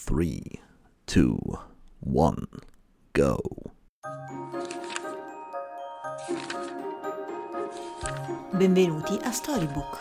3, 2, 1, go. Benvenuti a Storybook.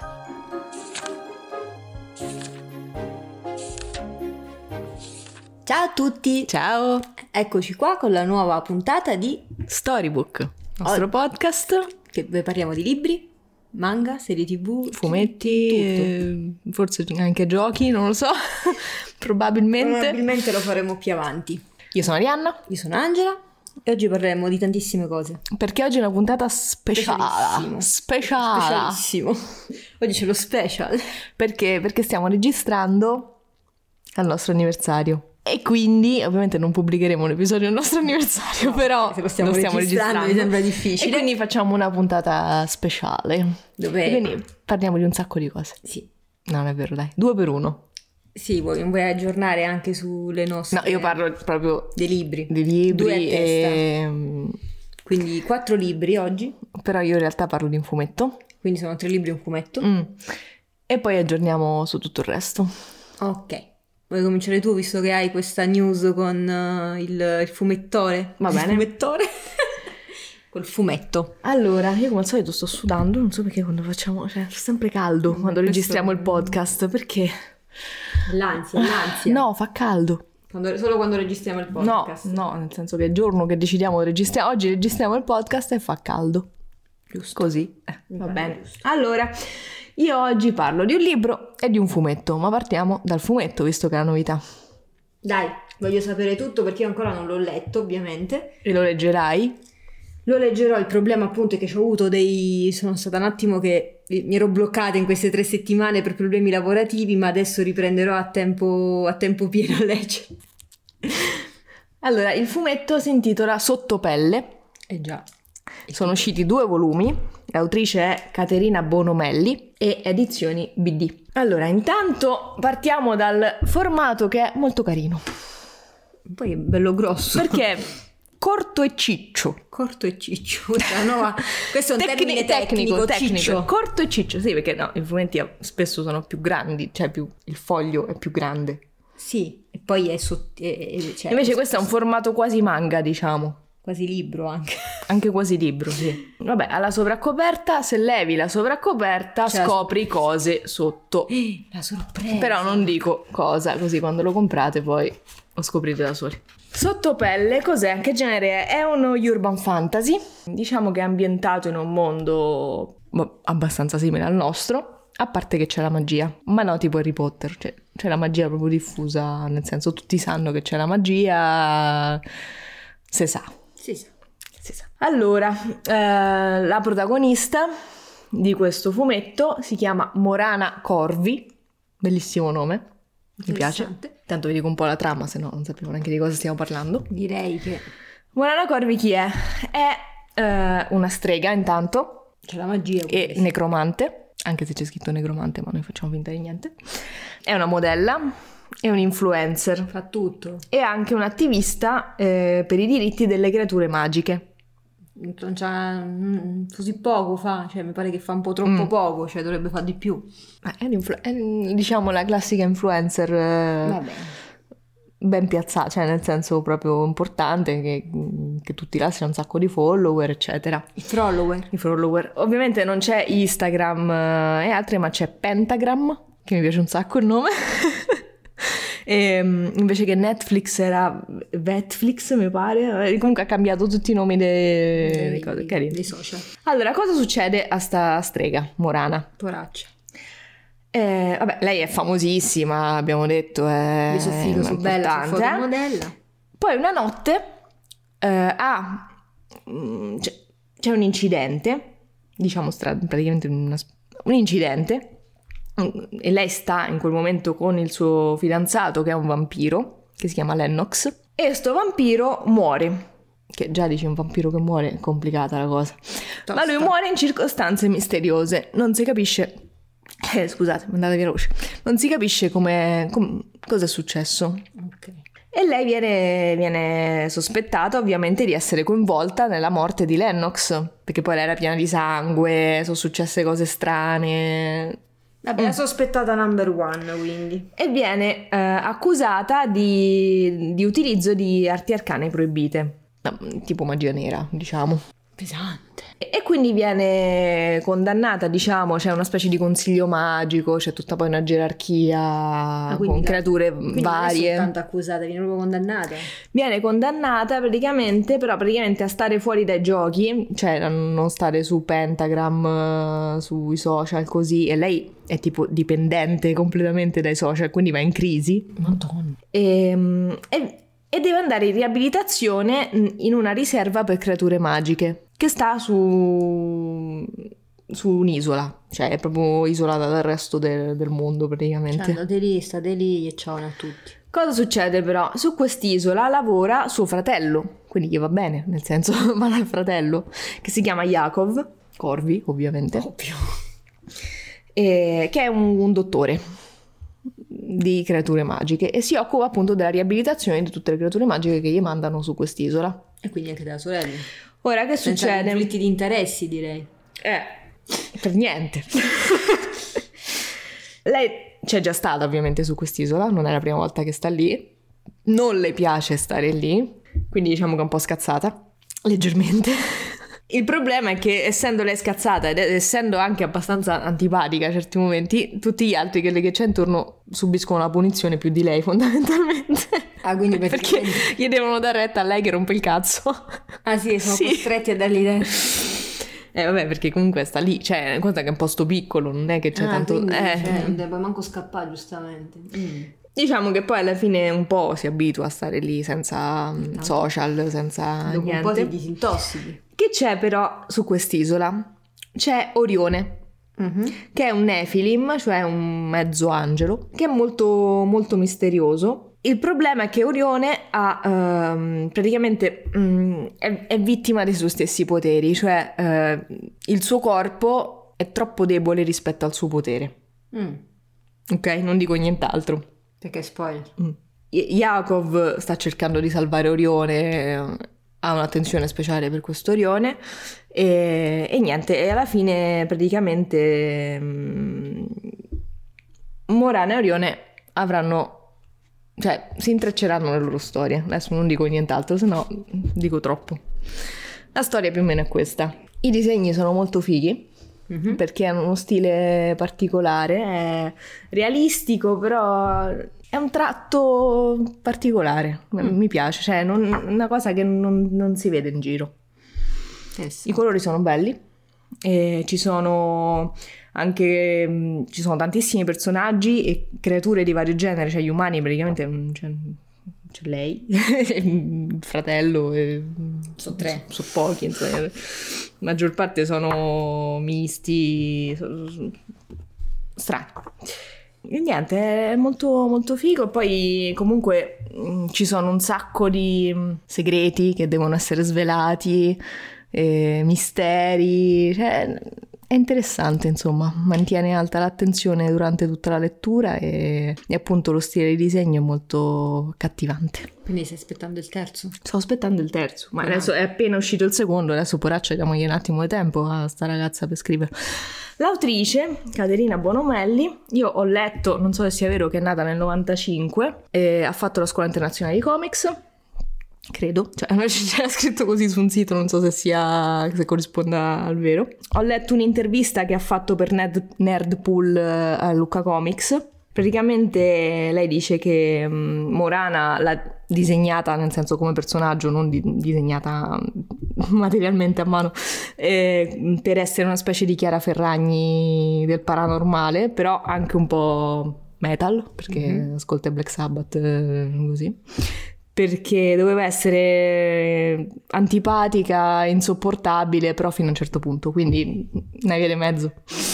Ciao a tutti! Ciao! Eccoci qua con la nuova puntata di Storybook, nostro podcast, che dove parliamo di libri, manga, serie TV, fumetti, forse anche giochi, non lo so, probabilmente. Probabilmente lo faremo più avanti. Io sono Arianna. Io sono Angela e oggi parleremo di tantissime cose. Perché oggi è una puntata speciale. Specialissimo. Oggi c'è lo special. Perché? Perché stiamo registrando al nostro anniversario. E quindi ovviamente non pubblicheremo l'episodio del nostro anniversario, no, però se lo stiamo registrando mi sembra difficile. E quindi facciamo una puntata speciale. Dove? E quindi parliamo di un sacco di cose. Sì. No, non è vero, dai. 2 per 1. Sì, vuoi aggiornare anche sulle nostre... No, io parlo proprio dei libri. Dei libri 2 a testa. Quindi 4 libri oggi. Però io in realtà parlo di un fumetto. Quindi sono 3 libri e un fumetto. E poi aggiorniamo su tutto il resto. Ok. Vuoi cominciare tu, visto che hai questa news con il fumettore? Va bene. Il fumettore? Col fumetto. Allora, io come al solito sto sudando, non so perché quando facciamo... Cioè, fa sempre caldo quando registriamo il podcast, perché... L'ansia. No, fa caldo. Solo quando registriamo il podcast. No, nel senso che il giorno che decidiamo di registrare... Oggi registriamo il podcast e fa caldo. Giusto. Così. Va bene. Giusto. Allora... Io oggi parlo di un libro e di un fumetto, ma partiamo dal fumetto, visto che è la novità. Dai, voglio sapere tutto perché io ancora non l'ho letto, ovviamente. E lo leggerai? Lo leggerò, il problema appunto è che ho avuto sono stata un attimo che mi ero bloccata in queste 3 settimane per problemi lavorativi, ma adesso riprenderò a tempo pieno a leggere. Allora, il fumetto si intitola Sottopelle. Già. Sono usciti 2 volumi, l'autrice è Caterina Bonomelli e edizioni BD. Allora, intanto partiamo dal formato che è molto carino. Poi è bello grosso. Perché è corto e ciccio. Corto e ciccio. Questo è un termine tecnico. Ciccio. Corto e ciccio, sì, perché no, i fumetti spesso sono più grandi, cioè il foglio è più grande. Sì, e poi è invece questo è un formato quasi manga, diciamo. Quasi libro anche. Anche quasi libro, sì. Vabbè, alla sovraccoperta, se levi la sovraccoperta, scopri cose sotto. La sorpresa. Però non dico cosa, così quando lo comprate poi lo scoprite da soli. Sottopelle, cos'è? Che genere è? È uno urban fantasy. Diciamo che è ambientato in un mondo abbastanza simile al nostro, a parte che c'è la magia. Ma no, tipo Harry Potter, cioè c'è la magia proprio diffusa, nel senso tutti sanno che c'è la magia, se sa. Si sa. Allora, la protagonista di questo fumetto si chiama Morana Corvi, bellissimo nome, mi piace. Tanto vi dico un po' la trama, se no non sapevo neanche di cosa stiamo parlando. Direi che... Morana Corvi chi è? È una strega intanto. C'è la magia. E necromante, anche se c'è scritto necromante, ma noi facciamo finta di niente. È una modella. È un influencer. Fa tutto. E anche un attivista per i diritti delle creature magiche. Non c'ha così poco fa, cioè mi pare che fa un po' troppo poco, cioè dovrebbe fare di più. È diciamo la classica influencer ben piazzata, cioè nel senso proprio importante, che tutti lasciano un sacco di follower, eccetera. I follower. Ovviamente non c'è Instagram e altri, ma c'è Pentagram, che mi piace un sacco il nome. E invece che Netflix era Vetflix, mi pare. Comunque ha cambiato tutti i nomi dei cose carine, dei social. Allora, cosa succede a sta strega Morana? Poraccia. Vabbè, lei è famosissima, abbiamo detto, è su figo, su bella, su fotomodella. Poi una notte c'è un incidente, diciamo praticamente un incidente. E lei sta in quel momento con il suo fidanzato, che è un vampiro, che si chiama Lennox, e sto vampiro muore. Che già dici un vampiro che muore, è complicata la cosa. Tosta. Ma lui muore in circostanze misteriose, non si capisce... scusate, mi è andata via la voce. Non si capisce cosa è successo. Ok. E lei viene sospettata ovviamente di essere coinvolta nella morte di Lennox, perché poi lei era piena di sangue, sono successe cose strane... Vabbè, la sospettata number one, quindi. E viene accusata di utilizzo di arti arcane proibite, tipo magia nera, diciamo. Pesante. E quindi viene condannata, diciamo, c'è una specie di consiglio magico, c'è tutta poi una gerarchia con creature quindi varie. Non è soltanto accusata, viene proprio condannata. Viene condannata praticamente a stare fuori dai giochi, cioè a non stare su Pentagram, sui social così, e lei è tipo dipendente completamente dai social, quindi va in crisi. Madonna. E deve andare in riabilitazione in una riserva per creature magiche che sta su un'isola, cioè è proprio isolata dal resto del mondo praticamente. Cioè, state lì e ciao a tutti. Cosa succede però? Su quest'isola lavora suo fratello, quindi gli va bene, nel senso va dal fratello, che si chiama Yakov, Corvi ovviamente, Ovvio. che è un dottore di creature magiche e si occupa appunto della riabilitazione di tutte le creature magiche che gli mandano su quest'isola. E quindi anche della sorella. Ora che Senza succede? conflitti di interessi, direi. Per niente. Lei c'è già stata ovviamente su quest'isola, non è la prima volta che sta lì, non le piace stare lì, quindi diciamo che è un po' scazzata, leggermente. Il problema è che essendo lei scazzata ed essendo anche abbastanza antipatica a certi momenti, tutti gli altri che c'è intorno subiscono la punizione più di lei fondamentalmente. Ah, quindi perché gli devono dare retta a lei che rompe il cazzo. Ah sì, sono costretti a dargli retta. Vabbè, perché comunque sta lì, cioè, conta che è un posto piccolo, non è che c'è tanto... Quindi, non puoi manco scappare, giustamente. Diciamo che poi alla fine un po' si abitua a stare lì senza social, senza dopo niente. un po' ti disintossichi. Che c'è però su quest'isola? C'è Orione, che è un Nephilim, cioè un mezzo angelo, che è molto, molto misterioso. Il problema è che Orione ha praticamente è vittima dei suoi stessi poteri, cioè il suo corpo è troppo debole rispetto al suo potere. Ok, non dico nient'altro. Perché spoiler. Yakov sta cercando di salvare Orione, ha un'attenzione speciale per questo Orione e niente, e alla fine praticamente Morana e Orione si intrecceranno le loro storie. Adesso non dico nient'altro, se no dico troppo. La storia più o meno è questa. I disegni sono molto fighi, perché hanno uno stile particolare, è realistico, però è un tratto particolare, mi piace, cioè una cosa che non si vede in giro. Sì. I colori sono belli, e ci sono tantissimi personaggi e creature di vario genere, cioè gli umani praticamente c'è lei, il fratello, sono tre, sono pochi, insomma. La maggior parte sono misti, strani. E niente, è molto, molto figo. Poi comunque ci sono un sacco di segreti che devono essere svelati, misteri, cioè è interessante, insomma, mantiene alta l'attenzione durante tutta la lettura e appunto lo stile di disegno è molto accattivante. Quindi stai aspettando il terzo? Sto aspettando il terzo, ma adesso è appena uscito il secondo, adesso poraccia diamogli un attimo di tempo a sta ragazza per scrivere. L'autrice, Caterina Bonomelli, io ho letto, non so se sia vero, che è nata nel 95, ha fatto la scuola internazionale di comics, credo, cioè c'era scritto così su un sito, non so se corrisponda al vero. Ho letto un'intervista che ha fatto per Nerdpool a Lucca Comics. Praticamente lei dice che Morana l'ha disegnata, nel senso come personaggio, non disegnata materialmente a mano, per essere una specie di Chiara Ferragni del paranormale, però anche un po' metal, perché ascolta Black Sabbath, così. Perché doveva essere antipatica, insopportabile, però fino a un certo punto, quindi una via di mezzo.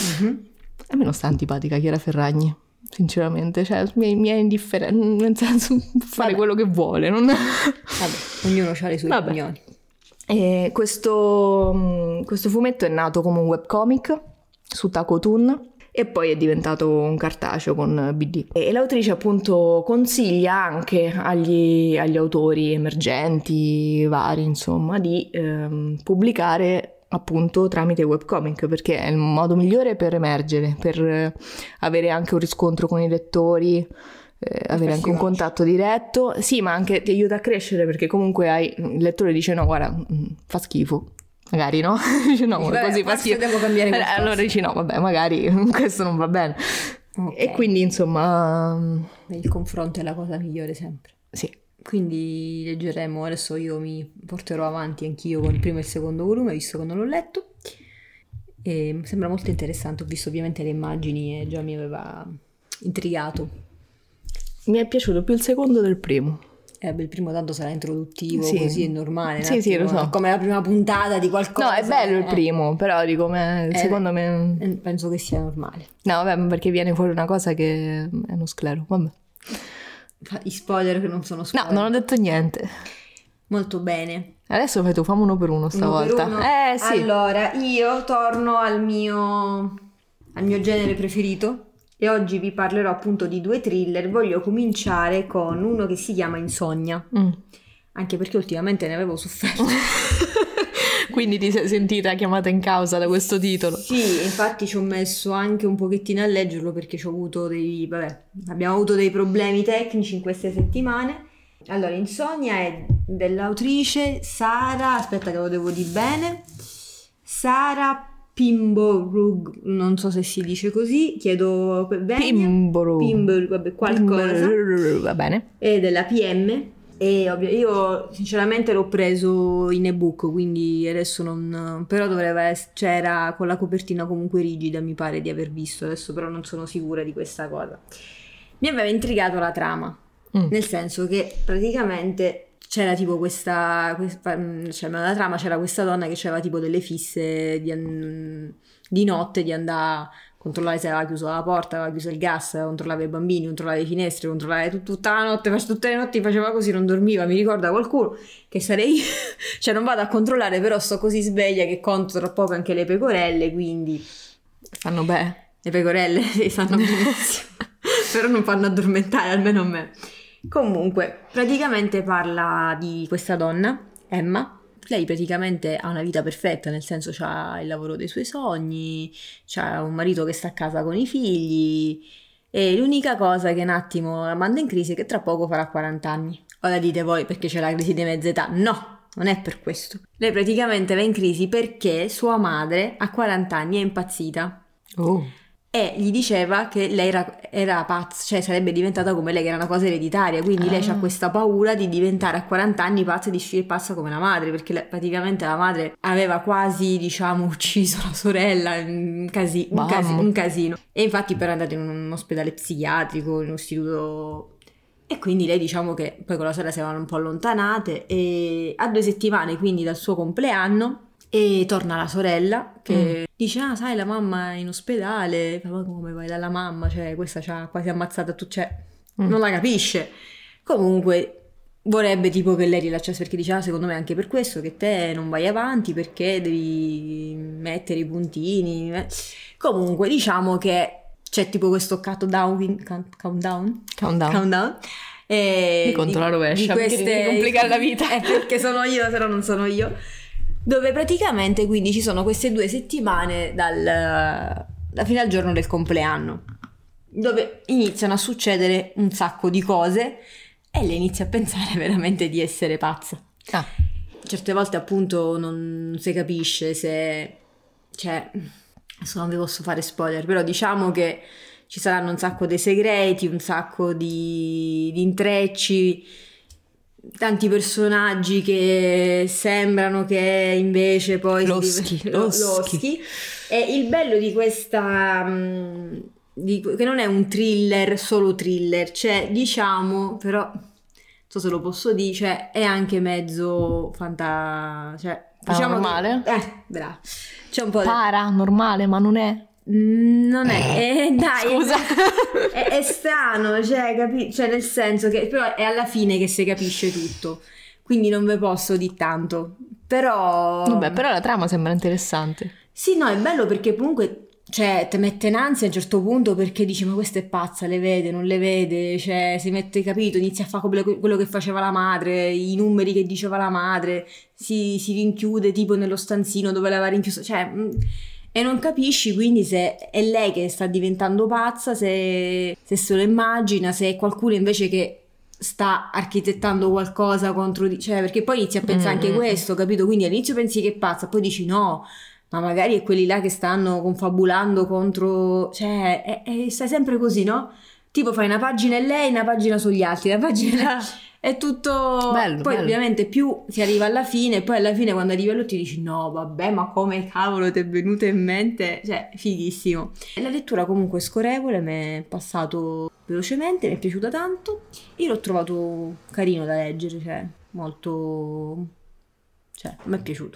A me non sta antipatica Chiara Ferragni, sinceramente, cioè mi è indifferente, nel senso fare quello che vuole. Vabbè, ognuno ha le sue opinioni. E questo fumetto è nato come un webcomic su Tacotoon e poi è diventato un cartaceo con BD. E l'autrice appunto consiglia anche agli autori emergenti vari, insomma, di pubblicare appunto tramite webcomic, perché è il modo migliore per emergere, per avere anche un riscontro con i lettori, avere anche un contatto diretto. Sì, ma anche ti aiuta a crescere, perché comunque il lettore dice no, guarda, fa schifo. Magari no? Dice no, Vabbè, così fa schifo. devo cambiare qualcosa. Allora dici no, vabbè, magari questo non va bene. Ok. E quindi insomma, Il confronto è la cosa migliore sempre. sì. Quindi leggeremo, adesso io mi porterò avanti anch'io con il primo e il secondo volume, visto che non l'ho letto. E mi sembra molto interessante, ho visto ovviamente le immagini e già mi aveva intrigato. Mi è piaciuto più il secondo del primo. Beh, il primo tanto sarà introduttivo, Sì. così è normale. Sì, sì, lo so. Come la prima puntata di qualcosa. No, è bello il primo, però dico, secondo me... Penso che sia normale. No, vabbè, perché viene fuori una cosa che è uno sclero, vabbè. I spoiler che non sono spoiler. No, non ho detto niente. Molto bene. Adesso fai tu, fammi uno per uno stavolta. Uno per uno. Sì. Allora, io torno al mio genere preferito e oggi vi parlerò appunto di 2 thriller. Voglio cominciare con uno che si chiama Insonnia, anche perché ultimamente ne avevo sofferto. Quindi ti sei sentita chiamata in causa da questo titolo? Sì, infatti ci ho messo anche un pochettino a leggerlo perché abbiamo avuto dei problemi tecnici in queste settimane. Allora, Insonnia è dell'autrice Sara, aspetta che lo devo dire bene, Sara Pinborg, non so se si dice così, chiedo bene. Pinborg, vabbè, qualcosa. Va bene. È della PM. E io sinceramente l'ho preso in ebook, quindi adesso non... però c'era con la copertina comunque rigida, mi pare di aver visto, adesso però non sono sicura di questa cosa. Mi aveva intrigato la trama, nel senso che praticamente c'era tipo nella trama c'era questa donna che aveva tipo delle fisse di notte, di andare a controllare se aveva chiuso la porta, aveva chiuso il gas, controllava i bambini, controllava le finestre, controllava tutta la notte, tutte le notti faceva così, non dormiva. Mi ricorda qualcuno che sarei io, cioè non vado a controllare, però sto così sveglia che conto tra poco anche le pecorelle, quindi fanno bene. Le pecorelle fanno benissimo, però non fanno addormentare, almeno a me. Comunque, praticamente parla di questa donna, Emma. Lei praticamente ha una vita perfetta, nel senso c'ha il lavoro dei suoi sogni, c'ha un marito che sta a casa con i figli e l'unica cosa che un attimo la manda in crisi è che tra poco farà 40 anni. Ora dite voi perché c'è la crisi di mezza età? No, non è per questo. Lei praticamente va in crisi perché sua madre a 40 anni è impazzita. E gli diceva che lei era pazza, cioè sarebbe diventata come lei, che era una cosa ereditaria, quindi lei ha questa paura di diventare a 40 anni pazza e di uscire pazza come la madre, perché praticamente la madre aveva quasi, diciamo, ucciso la sorella, un casino. E infatti però è andata in un ospedale psichiatrico, in un istituto... E quindi lei, diciamo che poi con la sorella si erano un po' allontanate e a 2 settimane quindi dal suo compleanno e torna la sorella che dice sai la mamma è in ospedale, ma come vai dalla mamma, cioè questa c'ha quasi ammazzata non la capisce. Comunque vorrebbe tipo che lei rilasciasse, perché dice secondo me anche per questo che te non vai avanti, perché devi mettere i puntini. Comunque diciamo che c'è tipo questo countdown di contro la rovescia, di complicare la vita perché sono io, se no non sono io, dove praticamente quindi ci sono queste 2 settimane da fino al giorno del compleanno, dove iniziano a succedere un sacco di cose e lei inizia a pensare veramente di essere pazza. Certe volte appunto non si capisce se, cioè, adesso non vi posso fare spoiler, però diciamo che ci saranno un sacco di segreti, un sacco di intrecci, tanti personaggi che sembrano che invece poi loschi. E il bello di questa che non è un thriller, solo thriller, cioè diciamo, però non so se lo posso dire, cioè è anche mezzo paranormale? Bravo. C'è un po' paranormale, ma non è. Non è, dai, scusa, è strano, cioè, cioè nel senso che però è alla fine che si capisce tutto, quindi non ve posso dire tanto, però vabbè, però la trama sembra interessante. Sì, no, è bello perché comunque cioè, ti mette in ansia a un certo punto perché dici ma questa è pazza, le vede, non le vede, cioè si mette, capito, inizia a fare quello che faceva la madre, i numeri che diceva la madre, si rinchiude tipo nello stanzino dove l'aveva rinchiuso, cioè... E non capisci quindi se è lei che sta diventando pazza, se se lo immagina, se è qualcuno invece che sta architettando qualcosa contro di... Cioè, perché poi inizi a pensare anche questo, capito? Quindi all'inizio pensi che è pazza, poi dici no, ma magari è quelli là che stanno confabulando contro... Cioè, stai sempre così, no? Tipo fai una pagina e lei, una pagina sugli altri, una pagina... È tutto... Bello, poi bello. ovviamente più si arriva alla fine, poi alla fine quando arrivi all'ultimo dici no vabbè ma come cavolo ti è venuto in mente, cioè fighissimo. La lettura comunque è scorrevole, mi è passato velocemente, mi è piaciuta tanto, io l'ho trovato carino da leggere, cioè molto... cioè mi è piaciuto.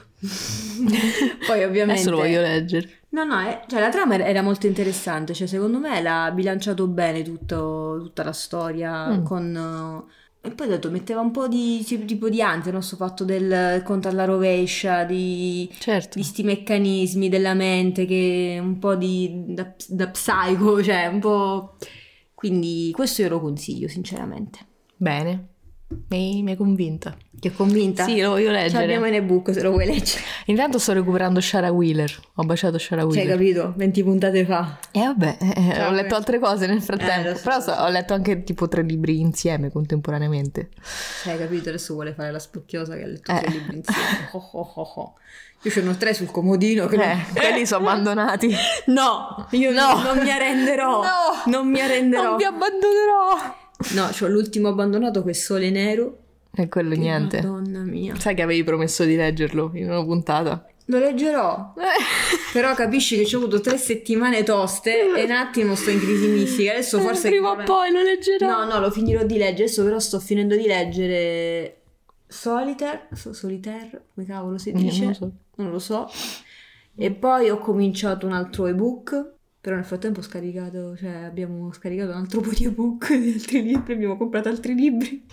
Poi ovviamente... Adesso lo voglio leggere. No, cioè la trama era molto interessante, cioè secondo me l'ha bilanciato bene tutta la storia con... E poi ho detto, metteva un po' di tipo di ansia, no? Sto fatto del conto alla rovescia, Certo. di sti meccanismi della mente, che un po' da psycho, cioè un po'... Quindi questo io lo consiglio, sinceramente. Bene. Mi hai convinta. Ti è convinta? Sì, lo voglio Ce leggere. l'abbiamo in ebook se lo vuoi leggere. Intanto sto recuperando Shara Wheeler. Ho baciato Shara Cioè, Wheeler. capito? 20 puntate fa. E vabbè, ho letto altre cose nel frattempo. lo so. Però ho letto anche tipo 3 libri insieme contemporaneamente. Cioè, capito? Adesso vuole fare la spocchiosa che ha letto 3 libri insieme. Io ce n'ho 3 sul comodino. Che Quelli sono abbandonati. No, io non mi arrenderò. No, non mi arrenderò. Non vi abbandonerò. No, c'ho l'ultimo abbandonato che è Sole Nero. E quello niente. Madonna mia. Sai che avevi promesso di leggerlo in una puntata? Lo leggerò. Però capisci che ci ho avuto 3 settimane toste e un attimo sto in crisi mistica. Adesso forse... Prima o poi lo leggerò. No, lo finirò di leggere. Adesso però sto finendo di leggere Solitaire, come cavolo si dice? Non lo so. Non lo so. E poi ho cominciato un altro ebook. Però nel frattempo abbiamo scaricato un altro po' di ebook di altri libri, abbiamo comprato altri libri.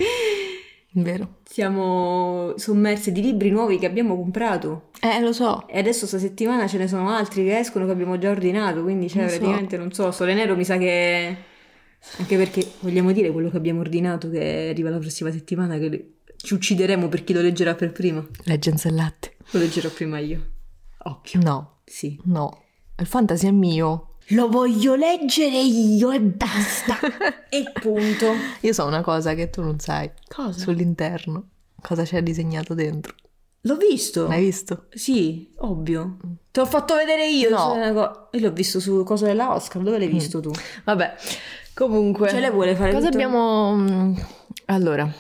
Vero. Siamo sommersi di libri nuovi che abbiamo comprato. Lo so. E adesso sta settimana ce ne sono altri che escono che abbiamo già ordinato, quindi Lo so. praticamente non so, Sole Nero mi sa che... Anche perché vogliamo dire quello che abbiamo ordinato che arriva la prossima settimana, che ci uccideremo per chi lo leggerà per primo. Leggenze e latte. Lo leggerò prima io. Occhio. No. Sì. No. Il fantasy è mio. Lo voglio leggere io e basta. E punto. Io so una cosa che tu non sai. Cosa? Sull'interno. Cosa c'è disegnato dentro. L'ho visto. L'hai visto? Sì, ovvio. Te l'ho fatto vedere io. No. Io l'ho visto su cosa della Oscar. Dove l'hai visto tu? Vabbè. Comunque. Ce le vuole fare Cosa tutto? abbiamo... Allora.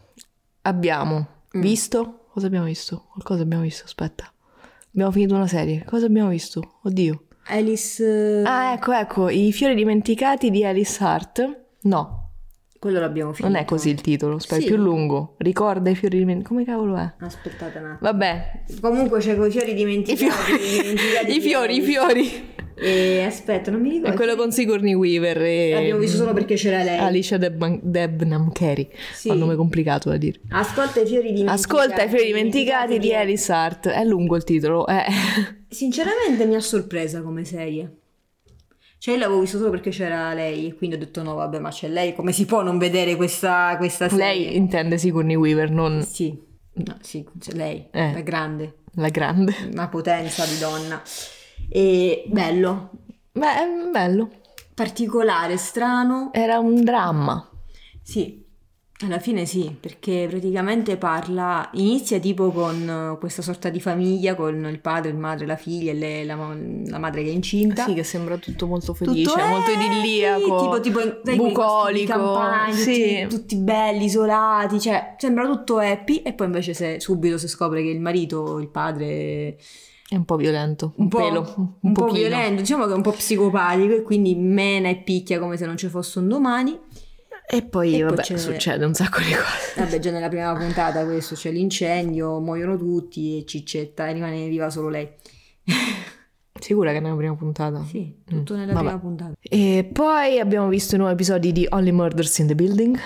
Abbiamo visto? Cosa abbiamo visto? Qualcosa abbiamo visto, aspetta. Abbiamo finito una serie. Cosa abbiamo visto? Oddio. Alice... Ah, ecco. I fiori dimenticati di Alice Hart. No, Quello l'abbiamo finito. non è così il titolo. Aspetta, Sì. più lungo. Ricorda i fiori dimenticati. Come cavolo è? Aspettate un attimo. Vabbè. Comunque c'è quei fiori dimenticati. dimenticati I fiori. E aspetta, non mi ricordo. È quello con Sigourney Weaver e... L'abbiamo visto solo perché c'era lei. Alicia Debnam Carey. Sì. Ha un nome complicato da dire. Ascolta i fiori dimenticati. Ascolta i fiori dimenticati di Alice Hart. È lungo il titolo. Sinceramente mi ha sorpresa come serie. Cioè io l'avevo visto solo perché c'era lei e quindi ho detto no vabbè ma c'è lei, come si può non vedere questa serie? Lei intende Sigourney Weaver, non Sì, no, sì, c'è lei, Eh. la grande, la grande. una potenza di donna. E bello, Beh, è bello. particolare, strano. Era un dramma. Sì, alla fine sì, perché praticamente inizia tipo con questa sorta di famiglia, con il padre, il madre, la figlia e la madre che è incinta. Sì, che sembra tutto molto felice, Tutto, molto idilliaco, sì, tipo sai, quei posti di bucolico, campagna, sì. tutti belli, isolati, cioè sembra tutto happy e poi invece subito si scopre che il marito, il padre È un po' violento, un po', pelo, un po' pochino. violento, diciamo che è un po' psicopatico e quindi mena e picchia come se non ci fosse un domani. E poi, vabbè, c'è- succede un sacco di cose. Vabbè, già nella prima puntata questo, c'è l'incendio, muoiono tutti e Ciccetta e rimane viva solo lei. Sicura che è nella prima puntata? Sì, tutto nella vabbè. prima puntata. E poi abbiamo visto i nuovi episodi di Only Murders in the Building.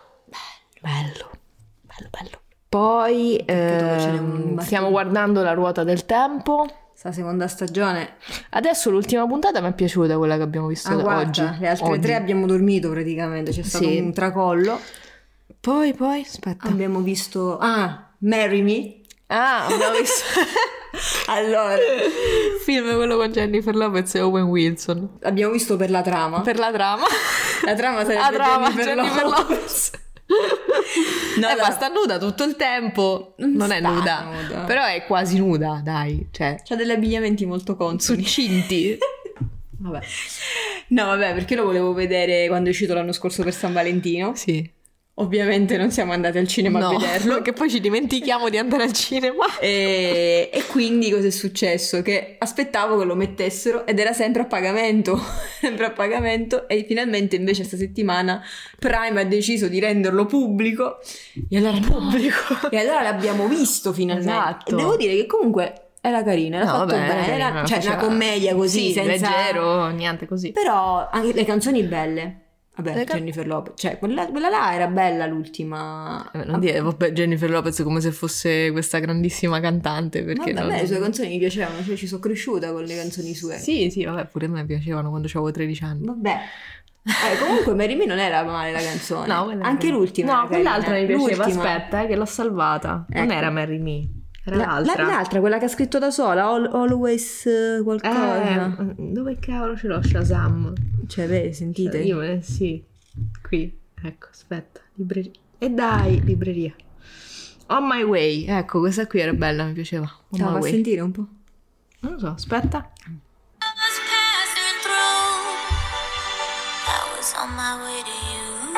Bello. Poi dove ce n'è un stiamo guardando La ruota del tempo. sta seconda stagione. Adesso l'ultima puntata mi è piaciuta, quella che abbiamo visto Guarda, oggi. le altre 3 abbiamo dormito praticamente, c'è stato Sì. un tracollo. Poi, aspetta. Abbiamo visto... Marry Me. Abbiamo visto Allora, il film quello con Jennifer Lopez e Owen Wilson. abbiamo visto per la trama. Per la trama. La trama sarebbe La trama, Jennifer Lopez. No, ma sta nuda tutto il tempo. Non è sta nuda, nuda. però è quasi nuda, dai. Cioè, C'ha degli abbigliamenti molto consoni. succinti. Vabbè. No, vabbè, perché lo volevo vedere quando è uscito l'anno scorso per San Valentino. Sì. Ovviamente non siamo andati al cinema a vederlo. Perché poi ci dimentichiamo di andare al cinema. E quindi cosa è successo? Che aspettavo che lo mettessero ed era sempre a pagamento, sempre a pagamento, e finalmente invece questa settimana Prime ha deciso di renderlo pubblico e allora e allora l'abbiamo visto finalmente. Esatto. E devo dire che comunque era carino, era fatto vabbè, bene, carino, era, cioè faceva- una commedia così, sì, senza... leggero, niente così. Però anche le canzoni belle. Vabbè, Le Jennifer Lopez, cioè quella là era bella l'ultima. Non dire, vabbè, Jennifer Lopez come se fosse questa grandissima cantante, perché Vabbè, a me le sue canzoni mi piacevano, cioè ci sono cresciuta con le canzoni sue. Sì, vabbè, pure a me piacevano quando avevo 13 anni. Vabbè. Comunque Mary Me non era male la canzone. No, quella Anche era- l'ultima. No, era quell'altra mi carina. piaceva, L'ultima. aspetta, che l'ho salvata. Non Ecco. era Marry Me, era l'altra. L'altra, quella che ha scritto da sola, Always qualcosa. Dove cavolo ce l'ho Shazam? Cioè, vedi, sentite. Io, sì, qui, ecco, aspetta, libreria. E dai, libreria. On My Way, ecco, questa qui era bella, mi piaceva. On Ciao, My fa Way. sentire un po'. Non lo so, aspetta. I was passing through. I was on my way to you.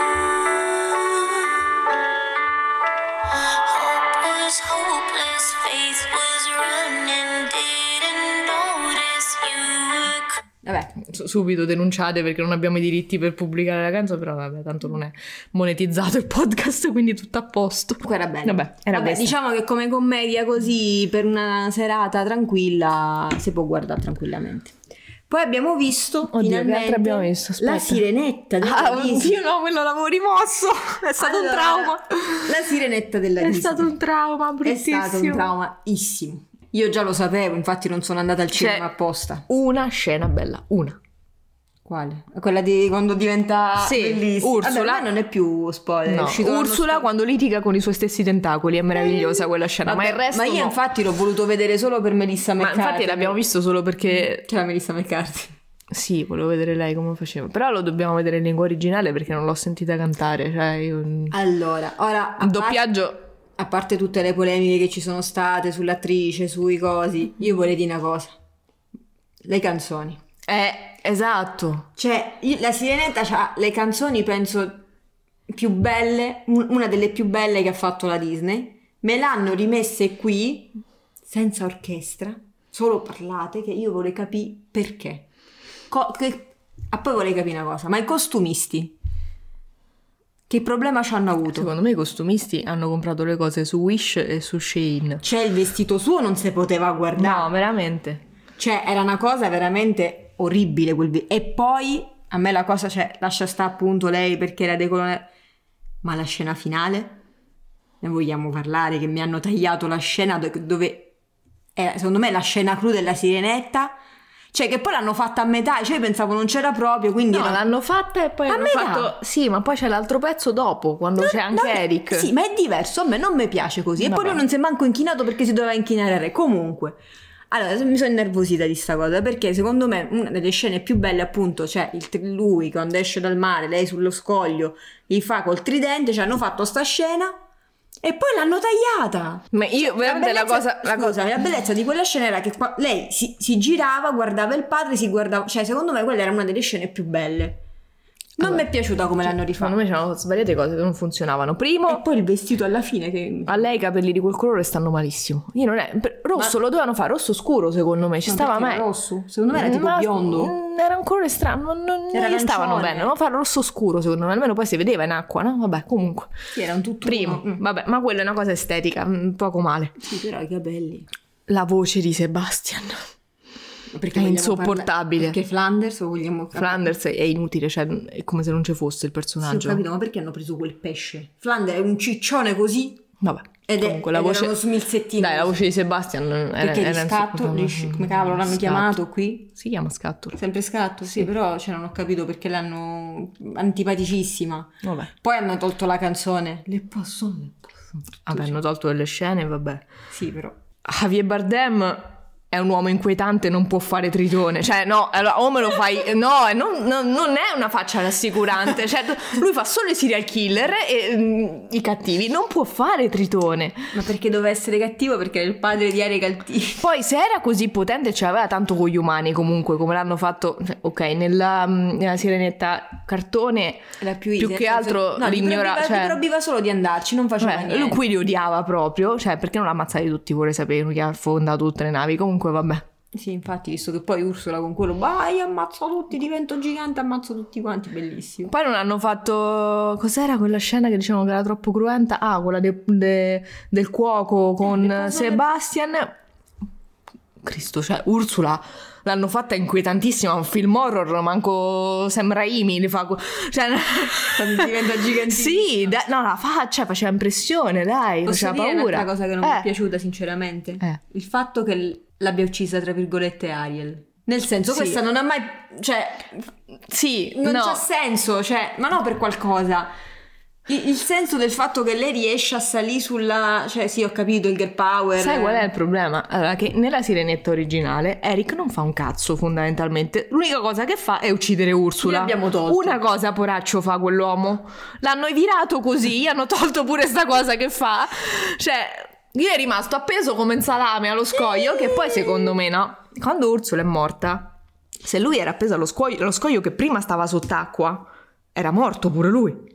Hope was hopeless, faith was running. Didn't notice you were. Vabbè. Subito denunciate perché non abbiamo i diritti per pubblicare la canzone, però vabbè, tanto non è monetizzato il podcast, quindi tutto a posto. Comunque era bello. Vabbè, era questa. diciamo che come commedia così per una serata tranquilla si può guardare tranquillamente. Poi abbiamo visto Oddio, che finalmente altro abbiamo visto? Aspetta. La Sirenetta della Disney. Oddio, no, quello l'avevo rimosso. È stato un Allora, trauma. La Sirenetta della È Disney. stato un trauma, È bruttissimo. stato un traumaissimo. Io già lo sapevo, infatti non sono andata al cinema apposta. Una scena bella, una. Quale? Quella di quando diventa Sì, bellissima. Ursula. Vabbè, non è più spoiler. è No, uscito l'anno Ursula scorso. quando litiga con i suoi stessi tentacoli, è meravigliosa quella scena, Vabbè, ma il resto ma io no. infatti l'ho voluto vedere solo per Melissa Ma McCarthy. infatti l'abbiamo visto solo perché C'è la Melissa McCarthy. sì, volevo vedere lei come faceva. Però lo dobbiamo vedere in lingua originale perché non l'ho sentita cantare, cioè io... Allora, ora il doppiaggio a parte tutte le polemiche che ci sono state sull'attrice, sui cosi, io vorrei dire una cosa. Le canzoni. esatto. Cioè, la Sirenetta ha le canzoni, penso, più belle, una delle più belle che ha fatto la Disney. Me l'hanno rimesse qui, senza orchestra, solo parlate, che io vorrei capire perché. Poi vorrei capire una cosa, ma i costumisti, che problema ci hanno avuto? Secondo me i costumisti hanno comprato le cose su Wish e su Shein. Cioè, il vestito suo non si poteva guardare. No, veramente. Cioè, era una cosa veramente orribile e poi a me la cosa, cioè, lascia sta appunto lei perché era decolonata, ma la scena finale ne vogliamo parlare, che mi hanno tagliato la scena dove era, secondo me, la scena clou della Sirenetta, cioè che poi l'hanno fatta a metà, cioè io pensavo non c'era proprio, quindi No, l'hanno fatta e poi A hanno metà. fatto... Sì, ma poi c'è l'altro pezzo dopo, quando c'è anche Eric. Sì, ma è diverso, a me non mi piace così. E poi Vabbè. lui non si è manco inchinato perché si doveva inchinare a re. Comunque, allora mi sono innervosita di sta cosa perché secondo me una delle scene più belle appunto c'è lui quando esce dal mare, lei sullo scoglio gli fa col tridente, ci hanno fatto sta scena e poi l'hanno tagliata. Ma io veramente la cosa... Scusa, la bellezza di quella scena era che lei si girava, guardava il padre, si guardava, cioè secondo me quella era una delle scene più belle. Non Allora, mi è piaciuta come l'hanno Secondo rifatta. me c'erano svariate cose che non funzionavano. Primo, E poi il vestito alla fine che... a lei i capelli di quel colore stanno malissimo. Io non è... Rosso lo dovevano fare, rosso scuro secondo me, ci Ma stava perché era meglio. rosso? Secondo me era tipo Ma- biondo. Era un colore strano, non Era gli stavano arancione. bene. Dovevano fare rosso scuro secondo me, almeno poi si vedeva in acqua, no? Vabbè, comunque. Sì, era un tutt'uno. Primo, vabbè, ma quella è una cosa estetica, poco male. Sì, però i capelli. La voce di Sebastian. Perché È vogliamo insopportabile. Perché Flanders o vogliamo... Flanders è inutile, cioè è come se non ci fosse il Sì, ho personaggio. capito, ma perché hanno preso quel pesce? Flanders è un ciccione così. Vabbè. Comunque, la voce... era uno smilzettino. Dai, la voce di Sebastian Perché di era scatto, come cavolo l'hanno Scatto. chiamato qui? Si chiama scatto. Sempre scatto, sì, però non ho capito perché l'hanno antipaticissima. Vabbè. Poi hanno tolto la canzone. Le posso. Vabbè, hanno tolto delle scene, vabbè. Sì, però. Javier Bardem è un uomo inquietante, non può fare Tritone. Cioè, no, allora, o me lo fai... No, non è una faccia rassicurante. Cioè, lui fa solo i serial killer e i cattivi. Non può fare Tritone. Ma perché doveva essere cattivo? Perché era il padre di Eric Cattivi. Poi, se era così potente, ce l'aveva tanto con gli umani, comunque, come l'hanno fatto... Cioè, ok, nella Sirenetta cartone, Era più più easy, che nel senso- altro no, l'ignora... ti proibiva solo di andarci, non faceva niente. lui qui li odiava proprio. Cioè, perché non l'ammazzati tutti? Vuole sapere chi ha fondato tutte le navi. Comunque, vabbè. Sì, infatti, visto che poi Ursula con quello, vai, ammazzo tutti, divento gigante, ammazzo tutti quanti, bellissimo. Poi non hanno fatto... Cos'era quella scena che dicevano che era troppo cruenta? Ah, quella del cuoco con Sebastian. Cristo, cioè Ursula l'hanno fatta inquietantissima, un film horror, manco Sam Raimi li fa... Cioè... Quando diventa gigantissimo. Sì, no, la faccia faceva impressione, dai, Posso faceva dire paura. un'altra cosa che non mi è piaciuta sinceramente? Il fatto che l'abbia uccisa, tra virgolette, Ariel. Nel senso, Sì. questa non ha mai... Cioè, Sì, non no. c'ha senso, cioè, ma no per qualcosa. Il senso del fatto che lei riesce a salire sulla... Cioè, sì, ho capito il girl power. Sai qual è il problema? Allora, che nella Sirenetta originale Eric non fa un cazzo fondamentalmente. L'unica cosa che fa è uccidere Ursula. L'abbiamo tolto. Una cosa poraccio fa quell'uomo. L'hanno virato così, hanno tolto pure sta cosa che fa. Cioè, gli è rimasto appeso come un salame allo scoglio, che poi secondo me no. Quando Ursula è morta, se lui era appeso allo scoglio che prima stava sott'acqua, era morto pure lui.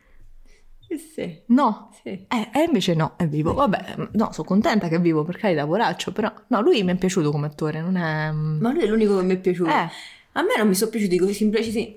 Sì. No, Sì. e invece no, è vivo. Vabbè, no, sono contenta che è vivo, per carità, poraccio, però no, lui mi è piaciuto come attore, non è... Ma lui è l'unico che mi è piaciuto. A me non mi sono piaciuti così semplici.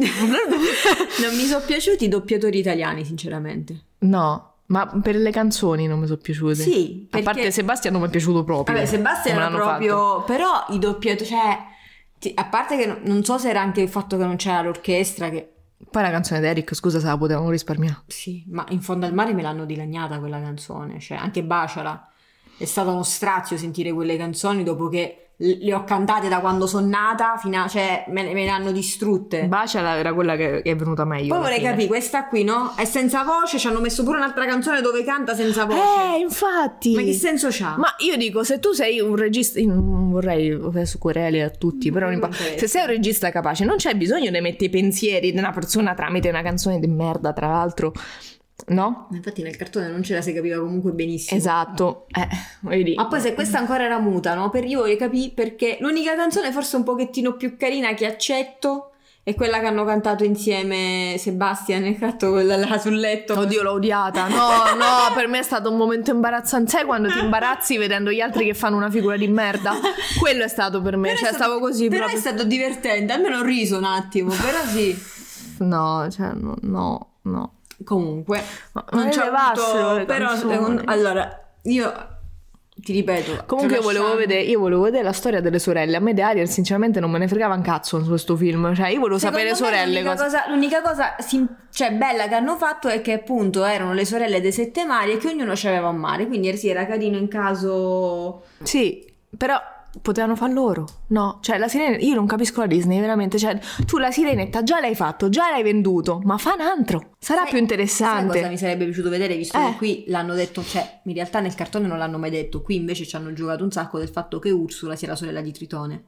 Non mi sono piaciuti i doppiatori italiani, sinceramente. No, ma per le canzoni non mi sono piaciute. Sì, A perché- parte Sebastian non mi è piaciuto proprio. Vabbè, Sebastian come era l'hanno proprio... fatto. Però i doppiatori, cioè... A parte che non so se era anche il fatto che non c'era l'orchestra, che... Poi la canzone di Eric, scusa se la potevano risparmiare. Sì, ma in fondo al mare me l'hanno dilaniata quella canzone, cioè anche Baciala. È stato uno strazio sentire quelle canzoni dopo che le ho cantate da quando sono nata, cioè me le hanno distrutte. Baciala era quella che è venuta meglio. Poi alla vorrei fine. capire, questa qui, no? È senza voce, ci hanno messo pure un'altra canzone dove canta senza voce. Infatti. Ma che senso c'ha? Ma io dico, se tu sei un regista, io non vorrei adesso querele a tutti, però Non interessa. se sei un regista capace, non c'è bisogno di mettere i pensieri di una persona tramite una canzone di merda, tra l'altro, no? Infatti nel cartone non ce la si capiva comunque benissimo. Esatto, voglio dire. Ma poi se questa ancora era muta, no? Io voglio capire perché l'unica canzone forse un pochettino più carina che accetto è quella che hanno cantato insieme Sebastian e Catto, quella là sul letto. Oddio, l'ho odiata. No, per me è stato un momento imbarazzante. Sai quando ti imbarazzi vedendo gli altri che fanno una figura di merda? Quello è stato per me, Però cioè è stato- stavo così però proprio. è stato divertente, almeno ho riso un attimo, però sì. No, cioè no. Comunque, Ma non le c'ho levassero avuto... le Però, canzoni. allora, io ti ripeto... Comunque io volevo tralasciando- vedere la storia delle sorelle. A me di Ariel sinceramente non me ne fregava un cazzo su questo film. Cioè io volevo sapere le Secondo me sorelle. l'unica cosa cioè, bella che hanno fatto è che appunto erano le sorelle dei sette mari e che ognuno aveva un mare, quindi sì, era carino in caso... Sì, però potevano far loro. No, cioè la sirenetta, io non capisco la Disney veramente. Cioè tu la sirenetta già l'hai fatto, già l'hai venduto, ma fa un altro. Sarà più Sai interessante. cosa mi sarebbe piaciuto vedere, visto Eh. che qui l'hanno detto, cioè in realtà nel cartone non l'hanno mai detto, qui invece ci hanno giocato un sacco del fatto che Ursula sia la sorella di Tritone.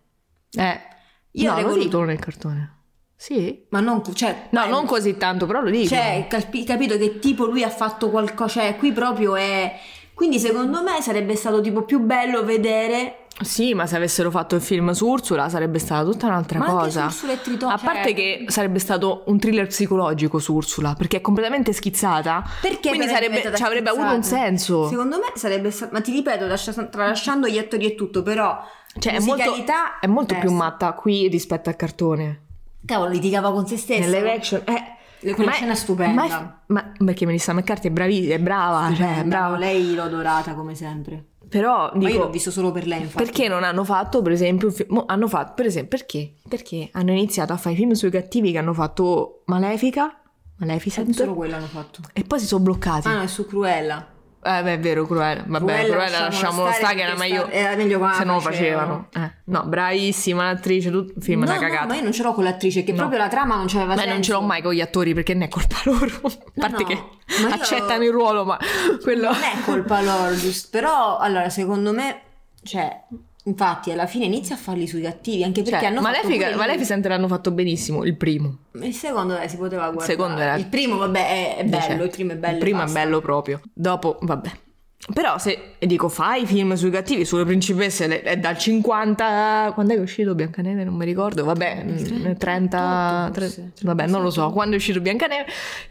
Io No, avrei lo voluto- dicono nel cartone. Sì. Ma non, cioè, No, non così tanto, però lo dicono. cioè, capito che tipo lui ha fatto qualcosa, cioè qui proprio è... Quindi secondo me sarebbe stato tipo più bello vedere... Sì, ma se avessero fatto il film su Ursula sarebbe stata tutta un'altra Ma anche cosa. su Ursula e Tritone, A cioè- parte che sarebbe stato un thriller psicologico su Ursula, perché è completamente schizzata. Perché quindi ci avrebbe avuto un senso. Secondo me sarebbe stato... Ma ti ripeto, tralasciando gli attori e tutto, però... Cioè, musicalità è molto più persa. matta qui rispetto al cartone. Cavolo, litigava con se stessa. Nel live action Quella scena è stupenda. ma perché Melissa McCarthy è bravissima, è brava, cioè, è Stupenda, brava. lei l'ho adorata come sempre. Però Ma io dico, l'ho visto solo per lei, infatti. perché non hanno fatto, per esempio, hanno fatto, per esempio, perché hanno iniziato a fare i film sui cattivi che hanno fatto Maleficent Solo quello hanno fatto. e poi si sono bloccati. Ah no, è su Cruella. Beh, è vero, Cruella. Vabbè, Cruella lasciamolo stare, che era meglio come se non lo facevano. No, bravissima l'attrice, tutto il film è una cagata. Ma io non ce l'ho con l'attrice, che proprio la trama non c'aveva senso. Ma non ce l'ho mai con gli attori, perché ne è colpa loro. A parte che accettano il ruolo, ma quello... Non è colpa loro, giusto. Però, allora, secondo me, cioè... Infatti alla fine inizia a farli sui cattivi, anche perché hanno fatto Maleficent l'hanno fatto benissimo, il primo. Il secondo si poteva guardare. Secondo era... Il primo vabbè è bello, il primo è bello. Il primo è bello proprio. Dopo vabbè. Però se dico fai film sui cattivi, sulle principesse è dal 50, quando è uscito Biancaneve non mi ricordo, vabbè 30 vabbè non lo so quando è uscito Biancaneve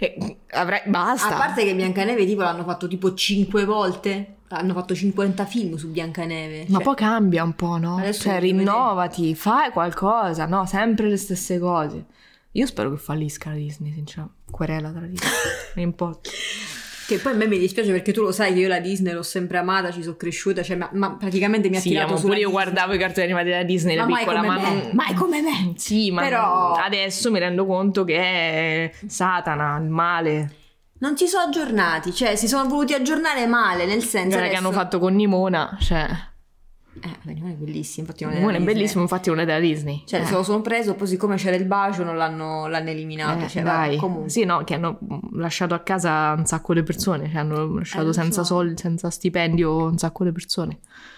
basta. A parte che Biancaneve tipo l'hanno fatto tipo 5 volte. Hanno fatto 50 film su Biancaneve. Ma poi cambia un po', no? Cioè rinnovati, fai qualcosa, no? Sempre le stesse cose. Io spero che fallisca la Disney, sinceramente. Querela tra Disney. Mi importa. Che poi a me mi dispiace perché tu lo sai che io la Disney l'ho sempre amata, ci sono cresciuta, cioè ma praticamente mi ha tirato sulla io guardavo i cartoni animati della Disney da piccola, mai come me. Sì, ma però... adesso mi rendo conto che è Satana, il male. Non si sono aggiornati, cioè si sono voluti aggiornare male, nel senso che hanno fatto con Nimona, cioè... Nimona è bellissimo, infatti Nimona è bellissimo, infatti non è della Disney. Cioè se lo sono preso, poi siccome c'era il bacio non l'hanno eliminato, cioè dai. Comunque. Sì, no, che hanno lasciato a casa un sacco di persone, cioè hanno lasciato senza soldi, senza stipendio un sacco di persone.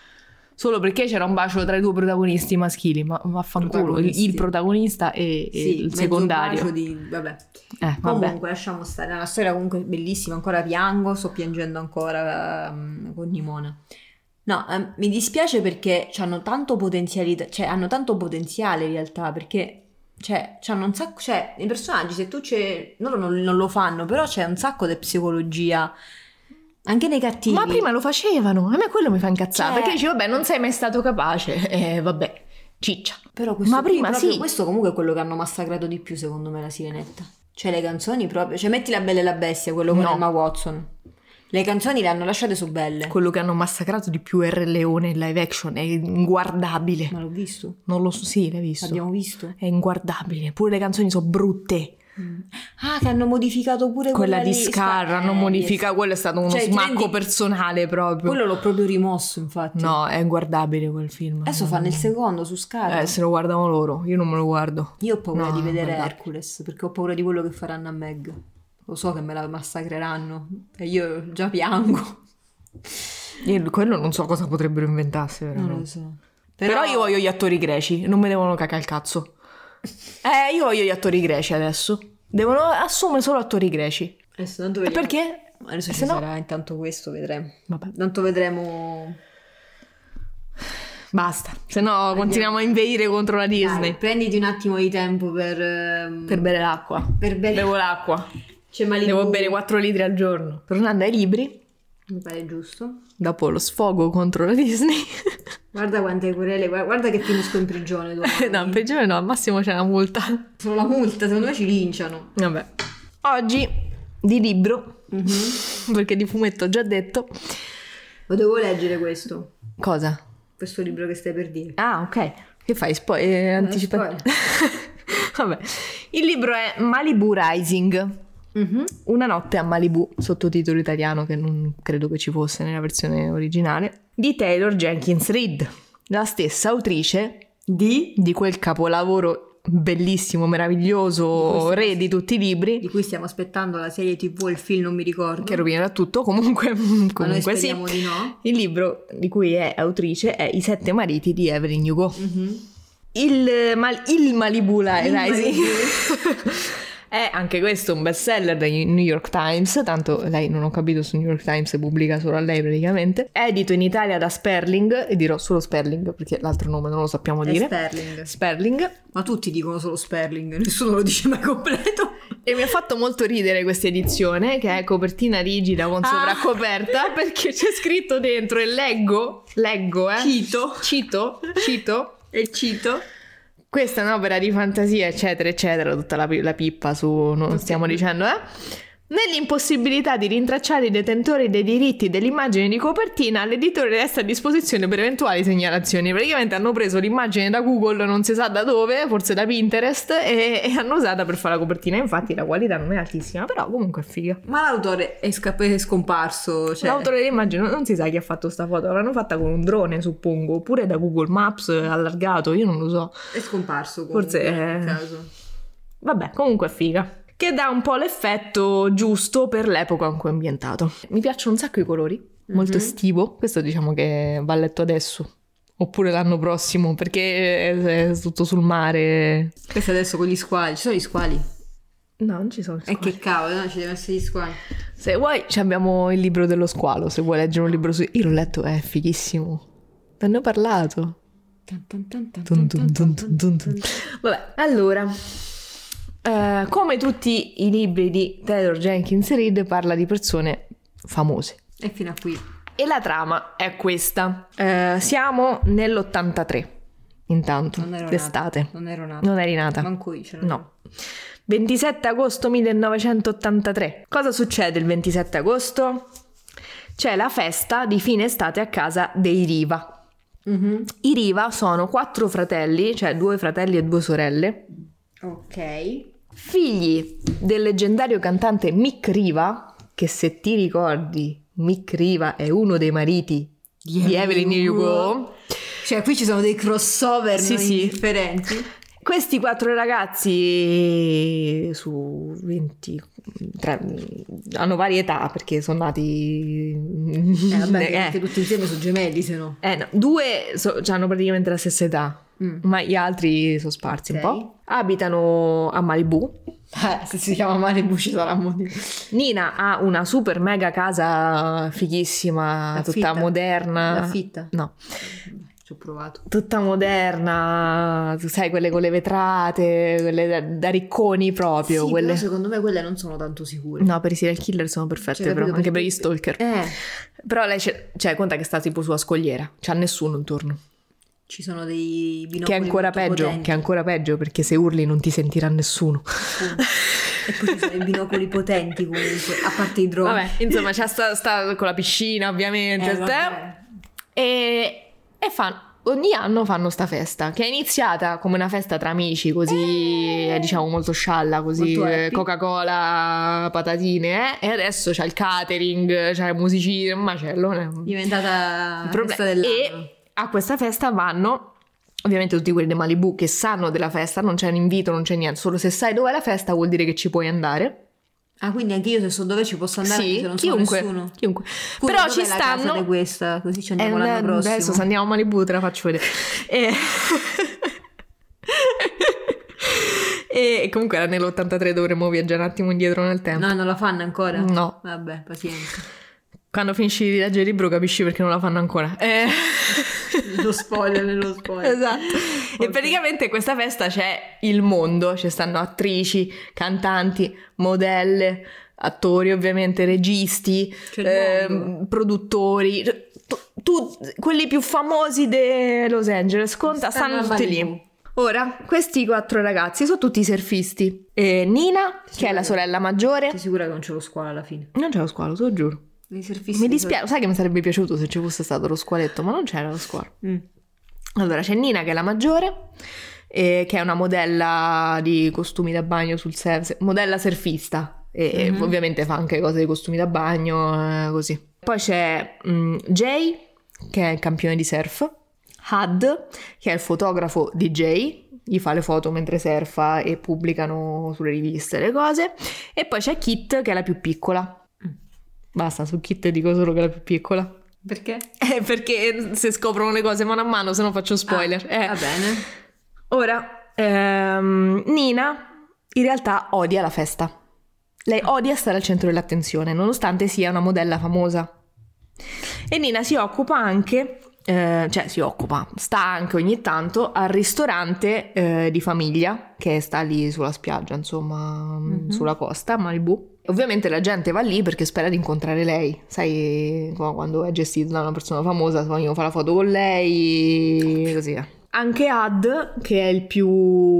Solo perché c'era un bacio tra i due protagonisti maschili, ma vaffanculo, il protagonista e il secondario. Vabbè. Comunque lasciamo stare, è una storia comunque bellissima, ancora piango, sto piangendo ancora con Nimona. No, mi dispiace perché hanno tanto potenzialità, cioè hanno tanto potenziale in realtà, perché cioè c'hanno un sacco, cioè i personaggi se tu loro non lo fanno, però c'è un sacco di psicologia anche nei cattivi. Ma prima lo facevano, a me quello mi fa incazzare, perché dici vabbè non sei mai stato capace, vabbè, ciccia. Però questo comunque è quello che hanno massacrato di più secondo me la Sirenetta. Cioè le canzoni proprio, cioè metti La Bella e la Bestia, quello con Emma Watson. Le canzoni le hanno lasciate su belle. Quello che hanno massacrato di più è Re Leone in live action, è inguardabile. Ma l'ho visto? Non lo so, sì, l'hai visto. L'abbiamo visto. È inguardabile, pure le canzoni sono brutte. Che hanno modificato pure quella di Scar, hanno modificato, quello è stato uno smacco personale proprio. Quello l'ho proprio rimosso, infatti. No, è inguardabile quel film. Adesso fanno il secondo su Scar. Se lo guardano loro, io non me lo guardo. Io ho paura di vedere Hercules, perché ho paura di quello che faranno a Meg. Lo so che me la massacreranno e io già piango. Io quello non so cosa potrebbero inventarsi veramente. Non lo so. Però io voglio gli attori greci, non mi devono cacare il cazzo. Io voglio gli attori greci adesso. Devono assumere solo attori greci. Adesso tanto vediamo. Perché? Adesso ci sarà intanto questo, vedremo. Vabbè. Tanto vedremo. Basta, se no continuiamo a inveire contro la Disney. Dai, prenditi un attimo di tempo per bere l'acqua. Bevo l'acqua. Devo bere 4 litri al giorno. Tornando ai libri. Mi pare giusto. Dopo lo sfogo contro la Disney. Guarda quante querele, guarda che finisco in prigione dopo. No, in prigione no, al massimo c'è una multa. Solo la multa, secondo me ci linciano. Vabbè. Oggi di libro, perché di fumetto ho già detto. Lo devo leggere questo. Cosa? Questo libro che stai per dire. Ah, ok. Che fai? Anticipato. Vabbè. Il libro è Malibu Rising. Una notte a Malibu, sottotitolo italiano che non credo che ci fosse nella versione originale, di Taylor Jenkins Reid, la stessa autrice di quel capolavoro bellissimo, meraviglioso, re di tutti i libri, di cui stiamo aspettando la serie TV, il film non mi ricordo, che rovinerà tutto. Comunque noi speriamo sì. Di no. Il libro di cui è autrice è I 7 mariti di Evelyn Hugo. Il Malibu Rising è anche questo un bestseller dei New York Times, tanto lei, non ho capito, su New York Times pubblica solo a lei praticamente. È edito in Italia da Sperling, e dirò solo Sperling perché l'altro nome non lo sappiamo dire. Sperling. Ma tutti dicono solo Sperling, nessuno lo dice mai completo. E mi ha fatto molto ridere questa edizione, che è copertina rigida con sovraccoperta, perché c'è scritto dentro, e leggo, cito. E cito. Questa è un'opera di fantasia, eccetera, eccetera, tutta la pippa su, non stiamo dicendo, Nell'impossibilità di rintracciare i detentori dei diritti dell'immagine di copertina, l'editore resta a disposizione per eventuali segnalazioni. Praticamente hanno preso l'immagine da Google, non si sa da dove, forse da Pinterest, e hanno usata per fare la copertina. Infatti la qualità non è altissima, però comunque è figa. Ma l'autore è scomparso, cioè... L'autore dell'immagine non si sa chi ha fatto sta foto, l'hanno fatta con un drone, suppongo, oppure da Google Maps allargato, io non lo so. È scomparso comunque, Forse nel caso. Vabbè, comunque è figa. Che dà un po' l'effetto giusto per l'epoca in cui è ambientato. Mi piacciono un sacco i colori, molto estivo. Questo diciamo che va letto adesso, oppure l'anno prossimo, perché è tutto sul mare. Questo adesso con gli squali, ci sono gli squali? No, non ci sono gli E squali. che cavolo, no? Ci devono essere gli squali. Se vuoi abbiamo il libro dello squalo, se vuoi leggere un libro su... Io l'ho letto, è fighissimo. Te ne ho parlato. Vabbè, allora... come tutti i libri di Taylor Jenkins Reid, parla di persone famose. E fino a qui. E la trama è questa. Siamo nell'83, intanto, Non ero d'estate. nata. Non ero nata. Non eri nata? Manco io c'ero. No. 27 agosto 1983. Cosa succede il 27 agosto? C'è la festa di fine estate a casa dei Riva. I Riva sono 4 fratelli, cioè 2 fratelli e 2 sorelle, Ok. figli del leggendario cantante Mick Riva, che se ti ricordi, Mick Riva è uno dei mariti di Evelyn Hugo. Cioè qui ci sono dei crossover Sì, non sì. indifferenti. Questi 4 ragazzi su 23 hanno varie età perché sono nati Vabbè, anche tutti insieme sono gemelli, se no. no, 2 hanno praticamente la stessa età, ma gli altri sono sparsi Ok. un po'. Abitano a Malibu. Se si chiama Malibu ci sarà un motivo. Nina ha una super mega casa fighissima, L'affitta? tutta moderna. L'affitta? No, Ci ho provato. tutta moderna, tu sai, quelle con le vetrate, quelle da ricconi proprio. Sì, quelle... però secondo me quelle non sono tanto sicure. No, per i serial killer sono perfette, Cioè, però, capito, anche per perché- gli stalker. Però lei cioè, conta che sta tipo sulla scogliera, c'ha nessuno intorno. Ci sono dei binocoli Che è ancora molto peggio, potenti. che è ancora peggio, perché se urli non ti sentirà nessuno. E poi ci sono i binocoli potenti comunque, a parte i droni. Vabbè, insomma, c'è sta con la piscina, ovviamente. Vabbè. E ogni anno fanno sta festa, che è iniziata come una festa tra amici, così, diciamo, molto scialla, così, Molto happy. Coca-Cola, patatine, e adesso c'è il catering, c'è i musicisti, un macello. Diventata Il la problema- festa dell'anno. E a questa festa vanno ovviamente tutti quelli di Malibu che sanno della festa, non c'è un invito, non c'è niente, solo se sai dov'è la festa vuol dire che ci puoi andare. Ah, quindi anche io se so dove ci posso andare Sì, se non chiunque, so nessuno. chiunque. Scusa, Però dov'è ci la casa stanno di questa, così ci andiamo l'anno prossimo. adesso se andiamo a Malibu te la faccio vedere. E comunque era nell'83, dovremmo viaggiare un attimo indietro nel tempo. No, non la fanno ancora? No. Vabbè, pazienza. Quando finisci di leggere il libro capisci perché non la fanno ancora. Lo spoiler nello spoiler. Esatto. E praticamente in questa festa c'è il mondo, ci stanno attrici, cantanti, modelle, attori ovviamente, registi, C'è il mondo. produttori, quelli più famosi di Los Angeles, conta, Stanno stanno a tutti Malibu. lì. Ora, questi 4 ragazzi sono tutti surfisti. Nina, che è la sorella maggiore, Sei sicura che non c'è lo squalo alla fine? non c'è lo squalo, te lo giuro. I surfisti Mi dispiace, sai che mi sarebbe piaciuto se ci fosse stato lo squaletto, ma non c'era lo squalo. Allora c'è Nina che è la maggiore, che è una modella di costumi da bagno sul surf, modella surfista, e ovviamente fa anche cose di costumi da bagno, così. Poi c'è Jay, che è il campione di surf, Had, che è il fotografo di Jay, gli fa le foto mentre surfa e pubblicano sulle riviste le cose, e poi c'è Kit, che è la più piccola. Basta, su Kit dico solo che è la più piccola. Perché? Perché se scoprono le cose mano a mano, se no faccio spoiler. Va bene. Ora, Nina in realtà odia la festa. Lei odia stare al centro dell'attenzione, nonostante sia una modella famosa. E Nina si occupa anche, sta anche ogni tanto al ristorante di famiglia, che sta lì sulla spiaggia, insomma, sulla costa, a Malibu. Ovviamente la gente va lì perché spera di incontrare lei, sai, quando è gestito da una persona famosa, vogliono fare la foto con lei, così. Anche Ad, che è il più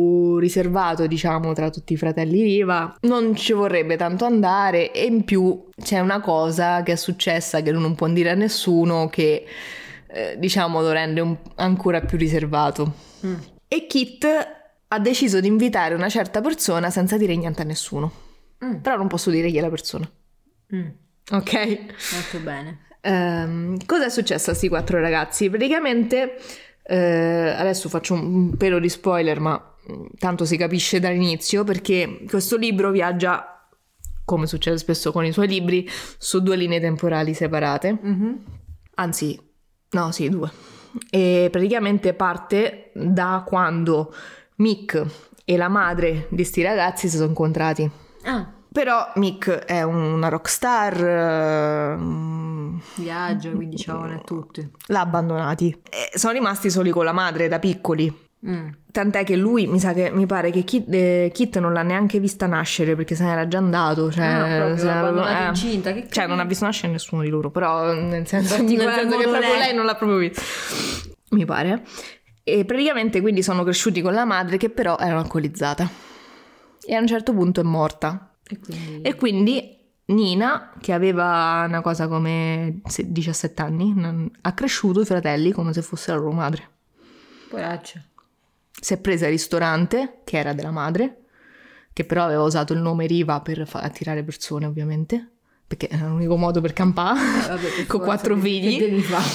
riservato, diciamo, tra tutti i fratelli Riva, non ci vorrebbe tanto andare, e in più c'è una cosa che è successa che lui non può dire a nessuno che, diciamo, lo rende ancora più riservato. E Kit ha deciso di invitare una certa persona senza dire niente a nessuno. Però non posso dire chi è la persona. Ok? Molto bene. Cosa è successo a questi 4 ragazzi? Praticamente, adesso faccio un pelo di spoiler, ma tanto si capisce dall'inizio, perché questo libro viaggia, come succede spesso con i suoi libri, su 2 linee temporali separate. Anzi, no, sì, 2. E praticamente parte da quando Mick e la madre di sti ragazzi si sono incontrati. Però Mick è una rockstar, Viaggia, quindi ciao a tutti. l'ha abbandonati. E sono rimasti soli con la madre da piccoli. Tant'è che lui, mi pare che Kit non l'ha neanche vista nascere, perché se n'era già andato. Cioè, proprio abbandonata incinta. Che cioè non ha visto nascere nessuno di loro, però nel senso In che particolar proprio modo lei non l'ha proprio vista, mi pare. E praticamente quindi sono cresciuti con la madre, che però era alcolizzata. E a un certo punto è morta. E quindi Nina, che aveva una cosa come 17 anni, ha cresciuto i fratelli come se fosse la loro madre. Poraccio. Si è presa il ristorante, che era della madre, che però aveva usato il nome Riva per attirare persone, ovviamente, perché era l'unico modo per campare, con 4 figli. Che devi fare?